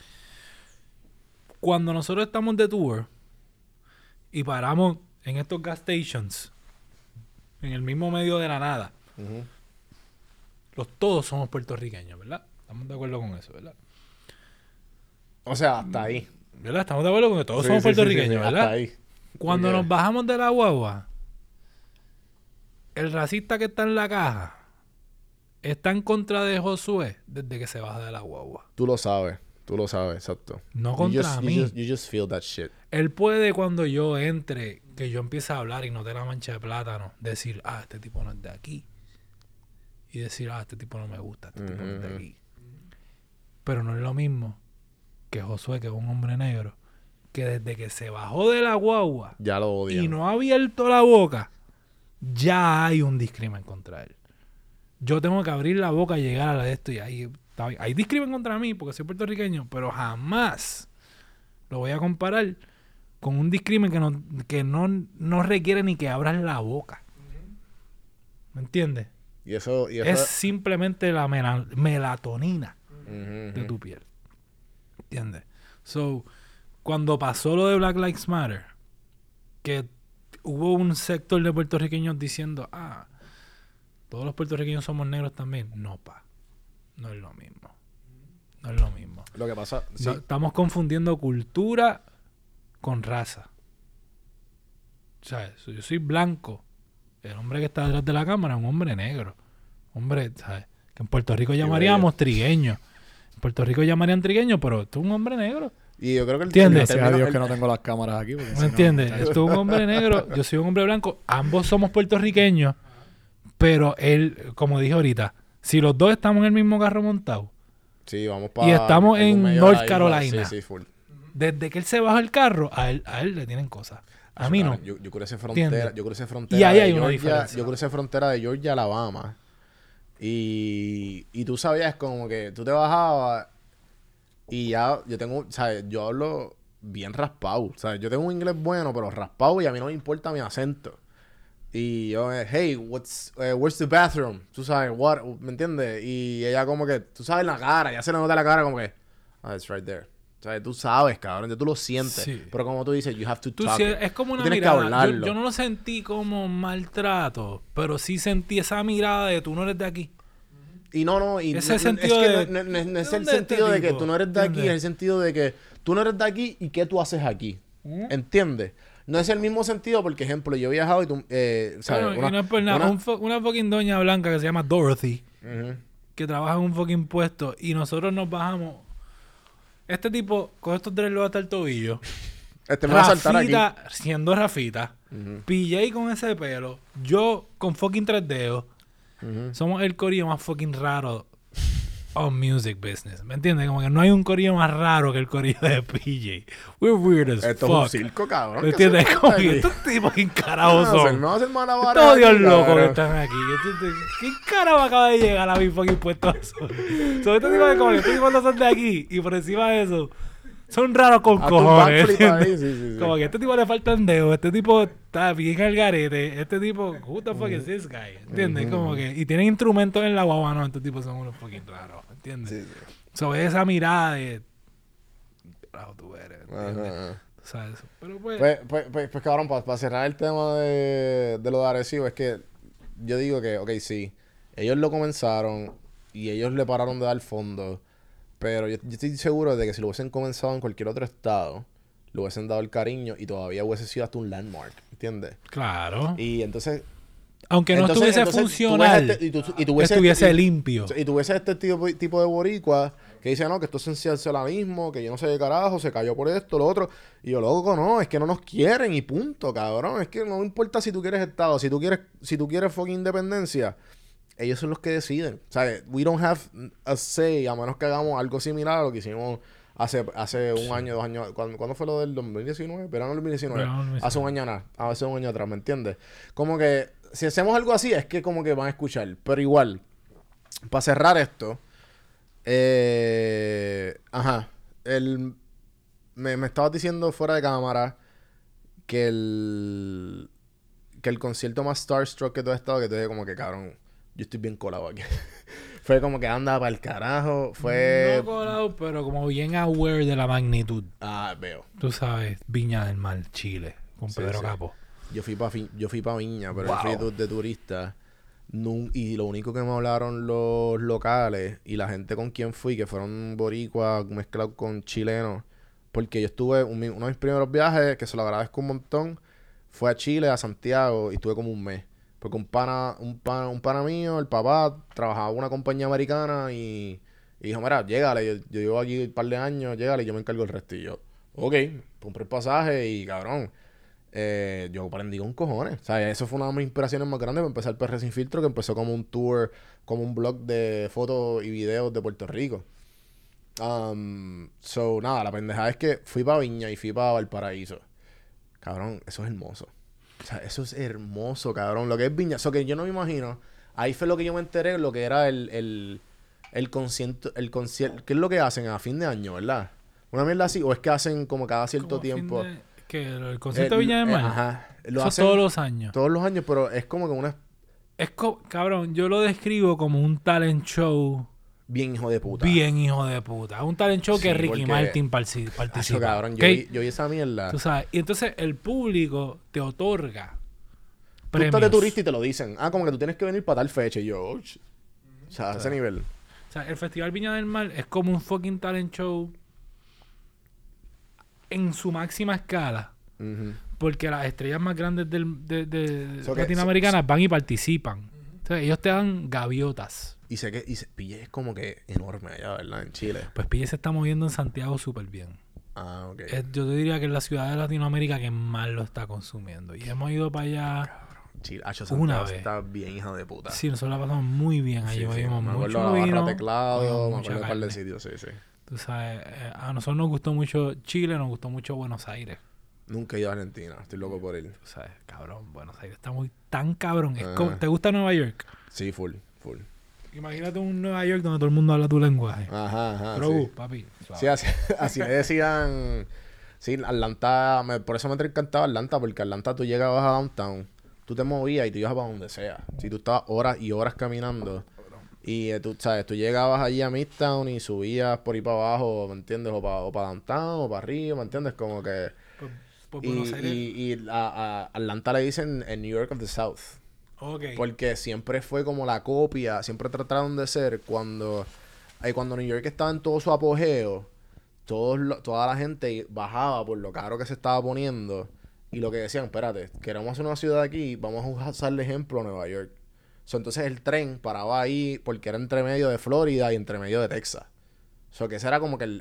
Cuando nosotros estamos de tour y paramos en estos gas stations, en el mismo medio de la nada, Ujú. todos somos puertorriqueños, ¿verdad? Estamos de acuerdo con eso, ¿verdad? O sea, hasta ahí. ¿Verdad? Estamos de acuerdo con que todos Sí, somos sí, sí, puertorriqueños, sí, ¿verdad? hasta ahí. Cuando Porque- nos bajamos de la guagua, el racista que está en la caja está en contra de Josué desde que se baja de la guagua. Tú lo sabes, exacto. No You contra just- mí. You just feel that shit. Él puede, cuando yo entre, que yo empiece a hablar y note la mancha de plátano, decir, este tipo no es de aquí. Y decir, este tipo no me gusta, este tipo no es de aquí. Pero no es lo mismo que Josué, que es un hombre negro, que desde que se bajó de la guagua Ya lo odian. y no ha abierto la boca, ya hay un discrimen contra él. Yo tengo que abrir la boca y llegar a la de esto y ahí está bien. Hay discrimen contra mí porque soy puertorriqueño, pero jamás lo voy a comparar con un discrimen que no requiere ni que abras la boca. ¿Me entiendes? Y eso... Es simplemente la melatonina Ujú, de tu piel. ¿Entiendes? So, cuando pasó lo de Black Lives Matter, que hubo un sector de puertorriqueños diciendo, todos los puertorriqueños somos negros también. No, pa. No es lo mismo. No es lo mismo. Lo que pasa... Sí. No, estamos confundiendo cultura con raza. O sea, yo soy blanco. El hombre que está detrás de la cámara es un hombre negro. Hombre, ¿sabes? Que en Puerto Rico llamaríamos trigueño. En Puerto Rico llamarían trigueño, pero tú es un hombre negro. Y yo creo que ¿Entiendes? Gracias a Dios que no tengo las cámaras aquí. Porque si ¿Me no- entiendes? Tú un hombre negro, yo soy un hombre blanco. Ambos somos puertorriqueños. Pero él, como dije ahorita, si los dos estamos en el mismo carro montado, Sí, vamos y estamos en medio de North la isla. Carolina. Sí, full. desde que él se baja el carro, a él le tienen cosas. A mí no. Yo crucé frontera. ¿Entiendes? Yo crucé frontera. Y ahí hay de una Georgia, diferencia. Yo crucé frontera de Georgia a Alabama. Y tú sabías como que tú te bajabas y ya yo tengo, ¿sabes? Yo hablo bien raspado. ¿Sabes? Yo tengo un inglés bueno, pero raspado y a mí no me importa mi acento. Y yo, hey, where's the bathroom? Tú sabes, ¿me entiendes? Y ella como que, tú sabes la cara, ya se le nota la cara como que, it's right there. O sea, tú sabes, cabrón, tú lo sientes. Sí. Pero como tú dices, you have to Tú talk sí, it. es como Tú una tienes que mirada. hablarlo. Yo no lo sentí como maltrato, pero sí sentí esa mirada de tú no eres de aquí. Y no, y Ese no, sentido es de- que no es ¿de el dónde sentido este de que tipo? tú no eres de aquí, ¿Entiendes? es el sentido de que tú no eres de aquí y qué tú haces aquí. ¿Entiendes? No es el mismo sentido porque, ejemplo, yo he viajado y tú, ¿sabes? Bueno, y no es por nada. Una fucking doña blanca que se llama Dorothy, Ujú. que trabaja en un fucking puesto, y nosotros nos bajamos. Este tipo con estos dreadlocks hasta el tobillo. Me va a saltar aquí. Rafita, siendo Rafita. PJ con ese pelo. Yo con fucking 3 dedos. Somos el corillo más fucking raro on music business. ¿Me entiendes? Como que no hay un corillo más raro que el corillo de PJ. We're weird as Esto fuck. es un circo, cabrón. ¿Me ¿Qué entiendes? se Como cuenta que aquí? estos tipos que carajo son. No hacen malabares Estos odios aquí, locos que cabrón. están aquí. ¿Qué carajo acaba de llegar a mi fucking puesto eso? Sobre estos tipos de como que estos tipos no son de aquí. Y por encima de eso, son raros con Haz tu cojones. backflip ahí, ¿entiendes? sí. Como que a este tipo le faltan dedos. Este tipo está bien al garete. Este tipo, who the fuck is this guy? ¿Entiendes? Como que, y tienen instrumentos en la guagua. No, estos tipos son unos fucking raros. ¿Entiendes? Sí, sí. Sobre esa mirada de bravo tú eres. ¿entiendes? Ajá. Tú sabes eso. Pero pues, Pues cabrón, para cerrar el tema de lo de Arecibo, es que yo digo que, ok, sí, ellos lo comenzaron y ellos le pararon de dar fondos, pero yo estoy seguro de que si lo hubiesen comenzado en cualquier otro estado, le hubiesen dado el cariño y todavía hubiese sido hasta un landmark, ¿entiendes? claro. Y entonces... Aunque no estuviese tú ves funcional, y tú ves estuviese limpio. Y tú ves este tipo de boricua que dice, no, que esto es esencial mismo, que yo no sé de carajo, se cayó por esto, lo otro. Y yo, loco, no, es que no nos quieren y punto, cabrón. Es que no importa si tú quieres estado, si tú quieres fucking independencia, ellos son los que deciden. O sea, we don't have a say, a menos que hagamos algo similar a lo que hicimos hace un año, 2 años. ¿Cuándo fue lo del 2019? Verano del 2019. Verano del 2019. Hace un año atrás, ¿me entiendes? Como que si hacemos algo así, es que como que van a escuchar. Pero igual, para cerrar esto, me estabas diciendo fuera de cámara que el concierto más starstruck que tú has estado, que te dije como que, cabrón, yo estoy bien colado aquí. Fue como que anda para el carajo. Fue... No colado, pero como bien aware de la magnitud. Veo. Tú sabes, Viña del Mar, Chile, con Sí, Pedro sí. Capo. Yo fui para Viña, pero Wow. yo fui de turista. Y lo único que me hablaron los locales y la gente con quien fui, que fueron boricuas mezclados con chilenos, porque yo estuve, uno de mis primeros viajes, que se lo agradezco un montón, fue a Chile, a Santiago, y estuve como un mes. Porque un pana mío, el papá, trabajaba en una compañía americana y dijo, mira, llégale, yo llevo aquí un par de años, llégale y yo me encargo el resto. Y yo, ok, compré el pasaje y cabrón, yo aprendí con cojones. O sea, eso fue una de mis inspiraciones más grandes para empezar PR Sin Filtro, que empezó como un tour, como un blog de fotos y videos de Puerto Rico. Nada, la pendejada es que fui para Viña y fui para Valparaíso. Cabrón, eso es hermoso. O sea, eso es hermoso, cabrón. Lo que es Viña. Eso que yo no me imagino. Ahí fue lo que yo me enteré, lo que era el concierto. ¿Qué es lo que hacen a fin de año, verdad? Una mierda así. O es que hacen como cada cierto Como tiempo. Que el concierto de Viña del Mar. Ajá. Lo Eso hacen todos los años. todos los años, pero es como que una Cabrón, yo lo describo como un talent show bien hijo de puta. bien hijo de puta. Un talent show que Sí, Ricky porque- Martin Acho, participa. cabrón, ¿ok? yo vi esa mierda. Tú sabes. Y entonces el público te otorga Tú estás de premios. turista y te lo dicen. Como que tú tienes que venir para tal fecha. Y yo, o sea, a ese nivel. O sea, el Festival Viña del Mar es como un fucking talent show en su máxima escala. Ujú. Porque las estrellas más grandes de So que- latinoamericanas van y participan. Entonces, ellos te dan gaviotas. Y Pille es como que enorme allá, ¿verdad? En Chile. Pues Pille se está moviendo en Santiago súper bien. Ah, ok. Yo te diría que es la ciudad de Latinoamérica que más lo está consumiendo. Y hemos ido para allá Chile, Hacho, una Santiago vez. está bien hijo de puta. Sí, nosotros la pasamos muy bien. Allí Sí, bebimos me acuerdo mucho de la vino. barra teclado, comimos me mucha acuerdo de un par de carne. sitios, sí. Tú sabes, a nosotros nos gustó mucho Chile, nos gustó mucho Buenos Aires. Nunca he ido a Argentina, estoy loco por ir. Tú sabes, cabrón, Buenos Aires está muy tan cabrón. Es Ah. como, ¿te gusta Nueva York? Sí, full. Imagínate un Nueva York donde todo el mundo habla tu lenguaje. Ajá, Grogu, sí. papi. suave. Sí, así le decían. Sí, Atlanta, por eso me encantaba Atlanta, porque Atlanta tú llegabas a downtown, tú te movías y tú ibas para donde sea. Si tú estabas horas y horas caminando y tú, ¿sabes? Tú llegabas allí a Midtown y subías por ahí para abajo, ¿me entiendes? O para downtown o para arriba, ¿me entiendes? Como que... Por Buenos Aires. Y a Atlanta le dicen el New York of the South. Ok. Porque siempre fue como la copia, siempre trataron de ser cuando New York estaba en todo su apogeo, toda la gente bajaba por lo caro que se estaba poniendo y lo que decían, espérate, queremos hacer una ciudad aquí, vamos a usar de ejemplo a Nueva York. Entonces el tren paraba ahí porque era entre medio de Florida y entre medio de Texas. Que ese era como que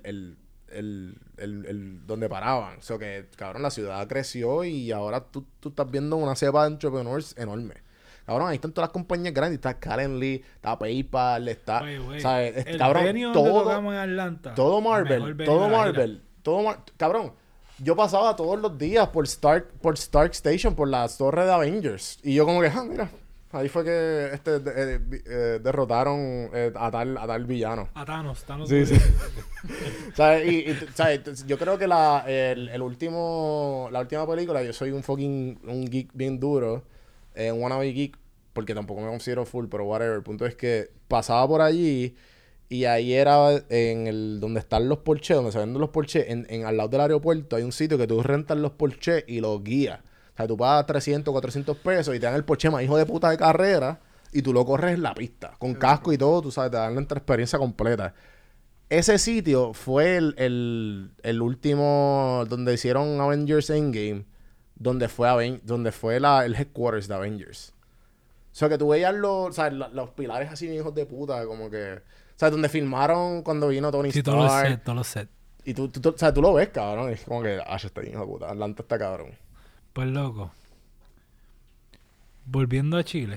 el donde paraban. Que, cabrón, la ciudad creció y ahora tú estás viendo una cepa de entrepreneurs enorme. Cabrón, ahí están todas las compañías grandes. Está Calendly, está PayPal, está... Güey. ¿sabes? El Cabrón, venue donde tocamos en Atlanta. todo mejor Marvel, venue todo de la Marvel. Cabrón, yo pasaba todos los días por Stark Station, por las torres de Avengers. Y yo como que, mira, ahí fue que derrotaron a tal villano. A Thanos. Sí. ¿Sabes? ¿sabes? Yo creo que la última película, yo soy un geek bien duro, un wannabe geek, porque tampoco me considero full, pero whatever. El punto es que pasaba por allí y ahí era donde están los Porsche, donde se venden los Porsche, al lado del aeropuerto hay un sitio que tú rentas los Porsche y los guías. O sea, tú pagas 300, 400 pesos y te dan el Porsche más hijo de puta de carrera y tú lo corres en la pista, con casco y todo, tú sabes, te dan la experiencia completa. Ese sitio fue el último donde hicieron Avengers Endgame, donde fue el headquarters de Avengers. O sea, que tú veías los pilares así, hijos de puta, como que... O sea, donde filmaron cuando vino Tony Sí, Stark. todos los sets. Y tú lo ves, cabrón. Es como que, está bien, hijo de puta. Atlanta está cabrón. Pues loco. Volviendo a Chile.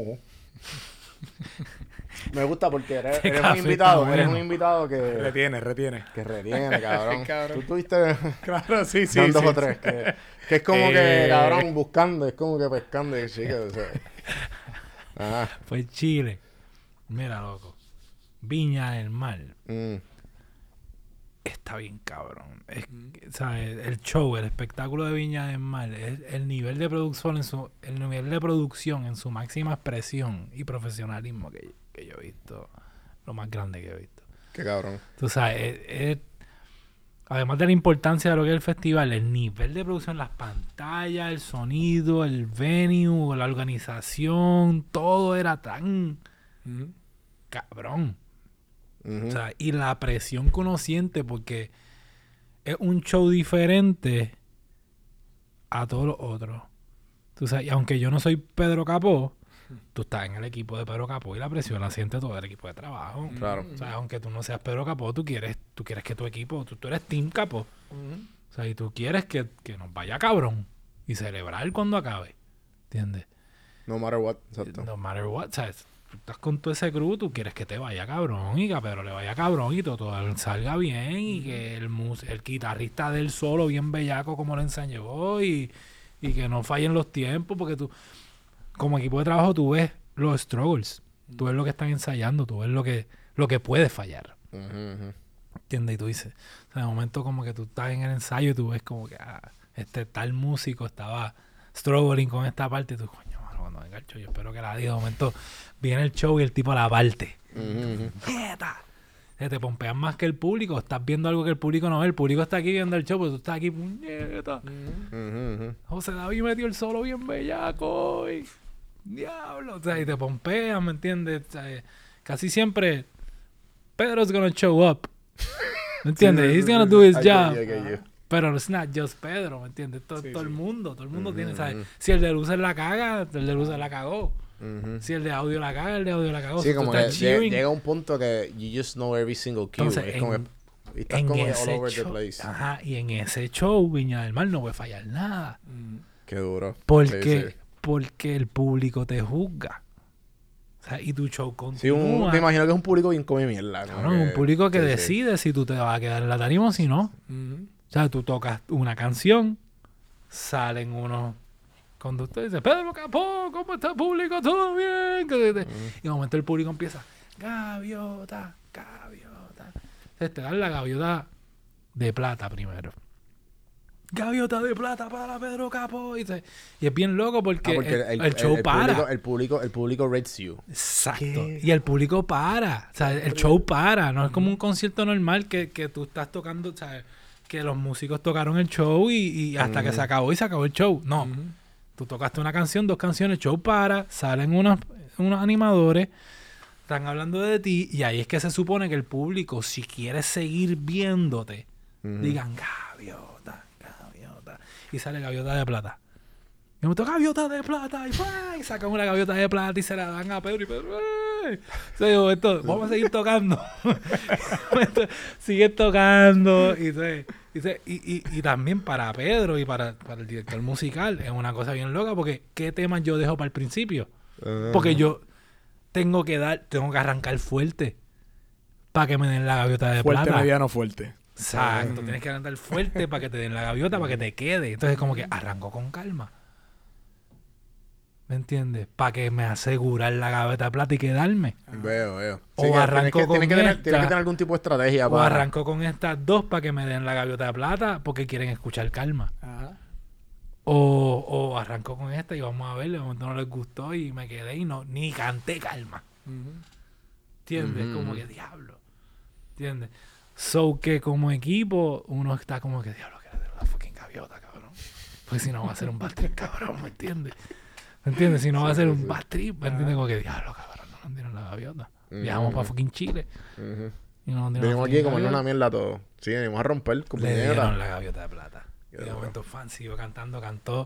Me gusta porque eres Este un café invitado. está Eres un bueno. invitado que Retiene. retiene, cabrón. Cabrón. Tú tuviste... Claro, sí. Son dos o tres. Que es como que, cabrón, buscando. Es como que pescando. Y chica, o sea. Ajá. Pues Chile. Mira, loco. Viña del Mar. Está bien cabrón. ¿Sabes? El show, el espectáculo de Viña del Mar, el nivel de producción en su máxima expresión y profesionalismo que yo he visto, lo más grande que he visto. Qué cabrón. Tú sabes, además de la importancia de lo que es el festival, el nivel de producción, las pantallas, el sonido, el venue, la organización, todo era tan cabrón. O sea, y la presión que uno siente porque es un show diferente a todos los otros. Tú sabes, y aunque yo no soy Pedro Capó, tú estás en el equipo de Pedro Capó y la presión la siente todo el equipo de trabajo. Claro. O sea, aunque tú no seas Pedro Capó, tú quieres que tu equipo, tú eres Team Capó. O sea, y tú quieres que nos vaya cabrón y celebrar cuando acabe. ¿Entiendes? No matter what. Exacto. No matter what, ¿sabes? Tú estás con todo ese crew, tú quieres que te vaya cabrón y que a Pedro le vaya cabrón y todo salga bien y que el guitarrista del solo bien bellaco como lo enseñó y que no fallen los tiempos porque tú, como equipo de trabajo, tú ves los struggles, tú ves lo que están ensayando, tú ves lo que puede fallar. ¿Entiendes? Y tú dices, o sea, de momento como que tú estás en el ensayo y tú ves como que este tal músico estaba struggling con esta parte y tú, coño, mano, cuando venga el show, yo espero que la diga. De momento viene el show y el tipo la parte. ¡Nieta! Te pompean más que el público. Estás viendo algo que el público no ve. El público está aquí viendo el show, pero tú estás aquí, puñeta. José David metió el solo bien bellaco y... Diablo. O sea, y te pompean, ¿me entiendes? O sea, casi siempre Pedro's gonna show up. ¿Me entiendes? He's gonna do his job. Pero it's not just Pedro, ¿me entiendes? Todo el mundo tiene, ¿sabes? Si el de luces la caga, el de luces la cagó. Si el de audio la caga, el de audio la cagó. Sí, Si como tú que estás cheering. llega un punto que you just know every single cue. Entonces, es como que... Y estás en como all ese over the show, place. ajá, y en ese show Viña del Mar no puede fallar nada. Qué duro. Porque, Sí. porque el público te juzga. O sea, y tu show Sí, continúa. me imagino que es un público bien come mierda. ¿no? Cabrón, un público que sí, sí. decide si tú te vas a quedar en la tarima o si no. O sea, tú tocas una canción, salen unos conductores y dicen, Pedro Capó, ¿cómo está el público? ¿Todo bien? Y de momento el público empieza, gaviota, gaviota. Entonces te dan la gaviota de plata primero. Gaviota de plata para Pedro Capó. Y es bien loco porque, el show para. El público rates you. Exacto. ¿Qué? Y el público para. O sea, el show para. No es como un concierto normal que tú estás tocando, o sea, que los músicos tocaron el show y hasta que se acabó y se acabó el show. No. Tú tocaste una canción, 2 canciones, el show para, salen unos animadores, están hablando de ti y ahí es que se supone que el público, si quiere seguir viéndote, digan gaviota, gaviota. Y sale gaviota de plata. Y me toca gaviota de plata y sacan una gaviota de plata y se la dan a Pedro y Pedro. ¡ay! O sea, digo, vamos a seguir tocando. Sigue tocando. Y también para Pedro y para el director musical es una cosa bien loca porque ¿qué temas yo dejo para el principio? Porque yo tengo que arrancar fuerte para que me den la gaviota de Fuerte, plata. mediano, fuerte. Exacto, tienes que arrancar fuerte para que te den la gaviota, para que te quede. Entonces como que arranco con calma. ¿Me entiendes? Para que me asegurar la gaviota de plata y quedarme. Veo. O Sí, que arranco con tienes que esta. tener algún tipo de estrategia O arranco con estas 2 para que me den la gaviota de plata porque quieren escuchar calma. Ajá. O arranco con esta y vamos a ver, de momento no les gustó y me quedé y ni canté calma. ¿Entiendes? Como que diablo. ¿Entiendes? So que como equipo uno está como que diablo, que era una fucking gaviota, cabrón. Porque si no va a ser un bad trip, cabrón, ¿me entiendes? ¿Me entiendes? Si no va a ser un bad trip, ¿me entiendes? Como que diablo, cabrón, no nos dieron la gaviota. Viajamos para fucking Chile. Y no nos dieron Venimos la aquí fucking como en gaviota. una mierda todo. Sí, venimos a romper con Le dieron puñeta. la gaviota de plata. Y de momento fan siguió cantando,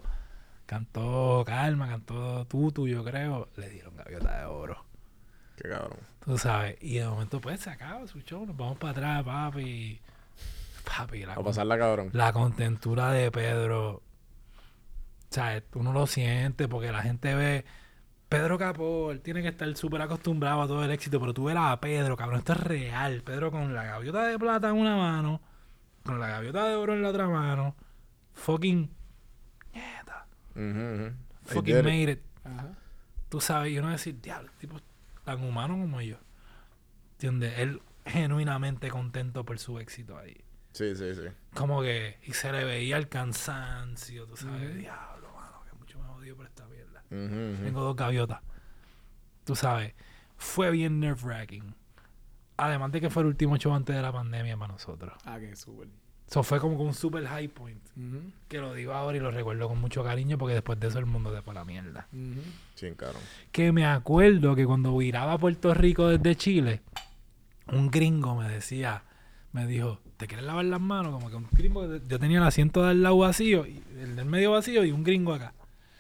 cantó Calma, cantó Tutu, yo creo. Le dieron gaviota de oro. Qué cabrón. Tú sabes. Y de momento pues se acaba su show. Nos vamos para atrás, papi. Papi, A pasarla, cabrón. la contentura de Pedro. O sea, uno lo siente porque la gente ve... Pedro Capó, él tiene que estar súper acostumbrado a todo el éxito, pero tú verás a Pedro, cabrón, esto es real. Pedro con la gaviota de plata en una mano, con la gaviota de oro en la otra mano, fucking... Nieta. Fucking made it. Ajá. Tú sabes, y uno decir, diablo, tipo tan humano como yo. ¿Entiendes? Él genuinamente contento por su éxito ahí. Sí. Como que... Y se le veía el cansancio, tú sabes, diablo, mano, que mucho me odio por esta mierda. Tengo 2 gaviotas. Tú sabes, fue bien nerve-wracking. Además de que fue el último show antes de la pandemia para nosotros. Ah, que súper. Eso fue como un super high point. Que lo digo ahora y lo recuerdo con mucho cariño porque después de eso el mundo se fue a la mierda. Sí, cabrón. Que me acuerdo que cuando viraba a Puerto Rico desde Chile, un gringo me dijo, ¿te quieres lavar las manos? Como que un gringo, yo tenía el asiento del lado vacío, y el del medio vacío y un gringo acá.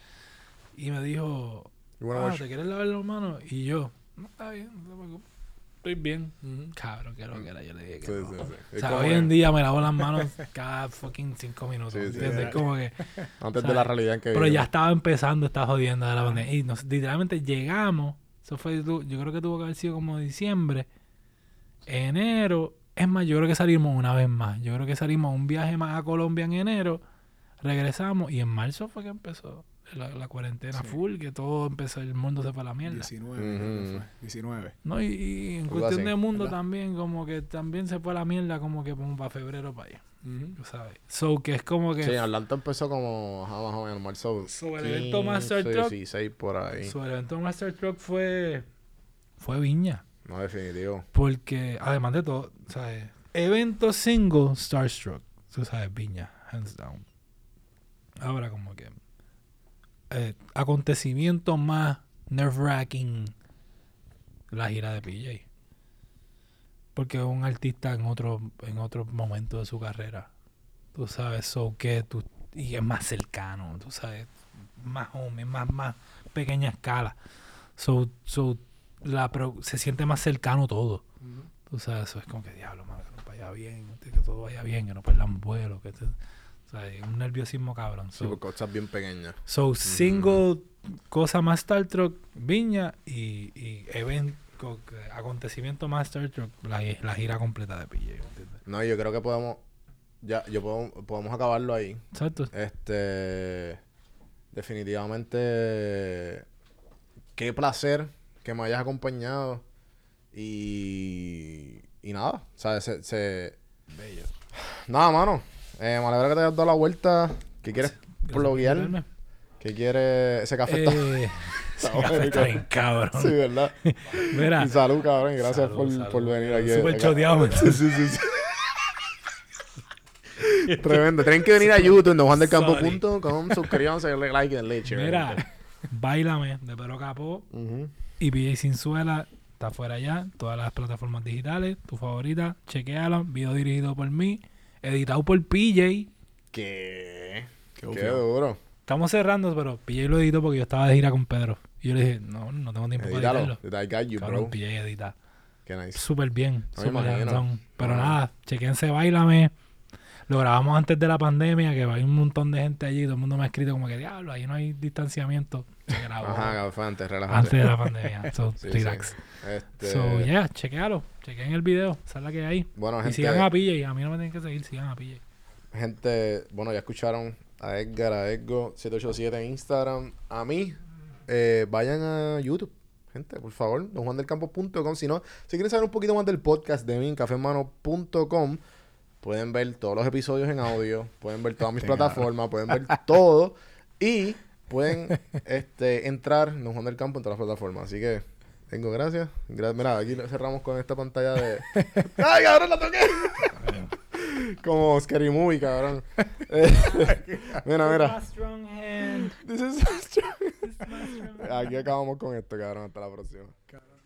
Y me dijo, ¿te quieres lavar las manos? Y yo, no, está bien, no te preocupes. Estoy bien. Cabrón, que lo que era. Yo le dije que no. Sí. O sea, hoy en día me lavo las manos cada fucking 5 minutos. Sí, ¿Entiendes? Como que... Antes ¿sabes? de la realidad en que Pero vivimos. ya estaba empezando esta jodienda de la pandemia. Y literalmente llegamos. Eso fue, yo creo que tuvo que haber sido como diciembre. Enero. Es más, yo creo que salimos una vez más. Yo creo que salimos a un viaje más a Colombia en enero. Regresamos. Y en marzo fue que empezó la cuarentena full. Que todo empezó, el mundo se fue a la mierda. 19, creo que fue. 19. No, y en Algo cuestión así, de mundo ¿verdad? también, como que también se fue a la mierda, como que para febrero para allá. Tú sabes. So, que es como que... Sí, Atlanta empezó como más o menos marzo. So, el evento Master Truck. 16 por ahí. So, el evento Master Truck fue Viña. No, definitivo. Porque, además de todo, ¿sabes? Evento single Starstruck. Tú sabes, Viña, hands down. Ahora como que... acontecimiento más nerve-wracking, la gira de PJ. Porque es un artista en otro momento de su carrera. Tú sabes, y es más cercano, tú sabes, más hombre, más pequeña escala. Se siente más cercano todo. Tú sabes, eso es como que diablo, mano, que no para vaya bien, que todo vaya bien, que no perdamos vuelo, que o sea, hay un nerviosismo cabrón. Sí, porque cosas bien pequeñas. So, single, cosa más Star Trek, Viña y evento, acontecimiento más Star Trek, la gira completa de PJ, ¿entiendes? No, yo creo que podemos acabarlo ahí. Exacto. Definitivamente, qué placer que me hayas acompañado. Y nada, o sea, Bello. nada, mano. Me alegra que te hayas dado la vuelta. ¿Qué quieres Gracias bloguear? por invitarme. ¿Qué quieres? Ese café está... Ese café está bien cabrón. Sí, ¿verdad? Mira. Y salud, cabrón. Y gracias Salud. por venir aquí. Súper choteado. Sí. Tremendo. Tienen que venir a YouTube, donjuandelcampo.com. Suscríbanse, denle like y denle share. Mira, Báilame de Pedro Capó y PJ Sinzuela está fuera ya. Todas las plataformas digitales, tu favorita, chequeala. Video dirigido por mí, editado por PJ. Qué Qué duro. Estamos cerrando, pero PJ lo editó porque yo estaba de gira con Pedro. Y yo le dije, no tengo tiempo para Edítalo. editarlo. I got you, Cabrón, bro. PJ edita. Qué nice. Súper bien. No me Súper imagino. hands-on. Pero No. nada, chequense Báilame. Lo grabamos antes de la pandemia, que hay un montón de gente allí. Todo el mundo me ha escrito como que, diablo, ahí no hay distanciamiento. Se grabó Ajá, fue antes, relájate. antes de la pandemia. So, Sí, relax. sí. So, yeah, chequealo. Chequen el video. Esa es la que hay. Bueno, Y gente, sigan a PJ. A mí no me tienen que seguir. Sigan a PJ. bueno, ya escucharon a Edgar, a Edgo 787 en Instagram. A mí, vayan a YouTube. Gente, por favor, donjuandelcampo.com. Si quieren saber un poquito más del podcast de mí, cafemano.com, pueden ver todos los episodios en audio, pueden ver todas mis plataformas, pueden ver todo y pueden entrar en Don Juan del Campo en todas las plataformas. Así que, tengo gracias. Mira, aquí cerramos con esta pantalla de... ¡Ay, cabrón, la toqué! Como Scary Movie, cabrón. Mira. This is so strong. Aquí acabamos con esto, cabrón. Hasta la próxima.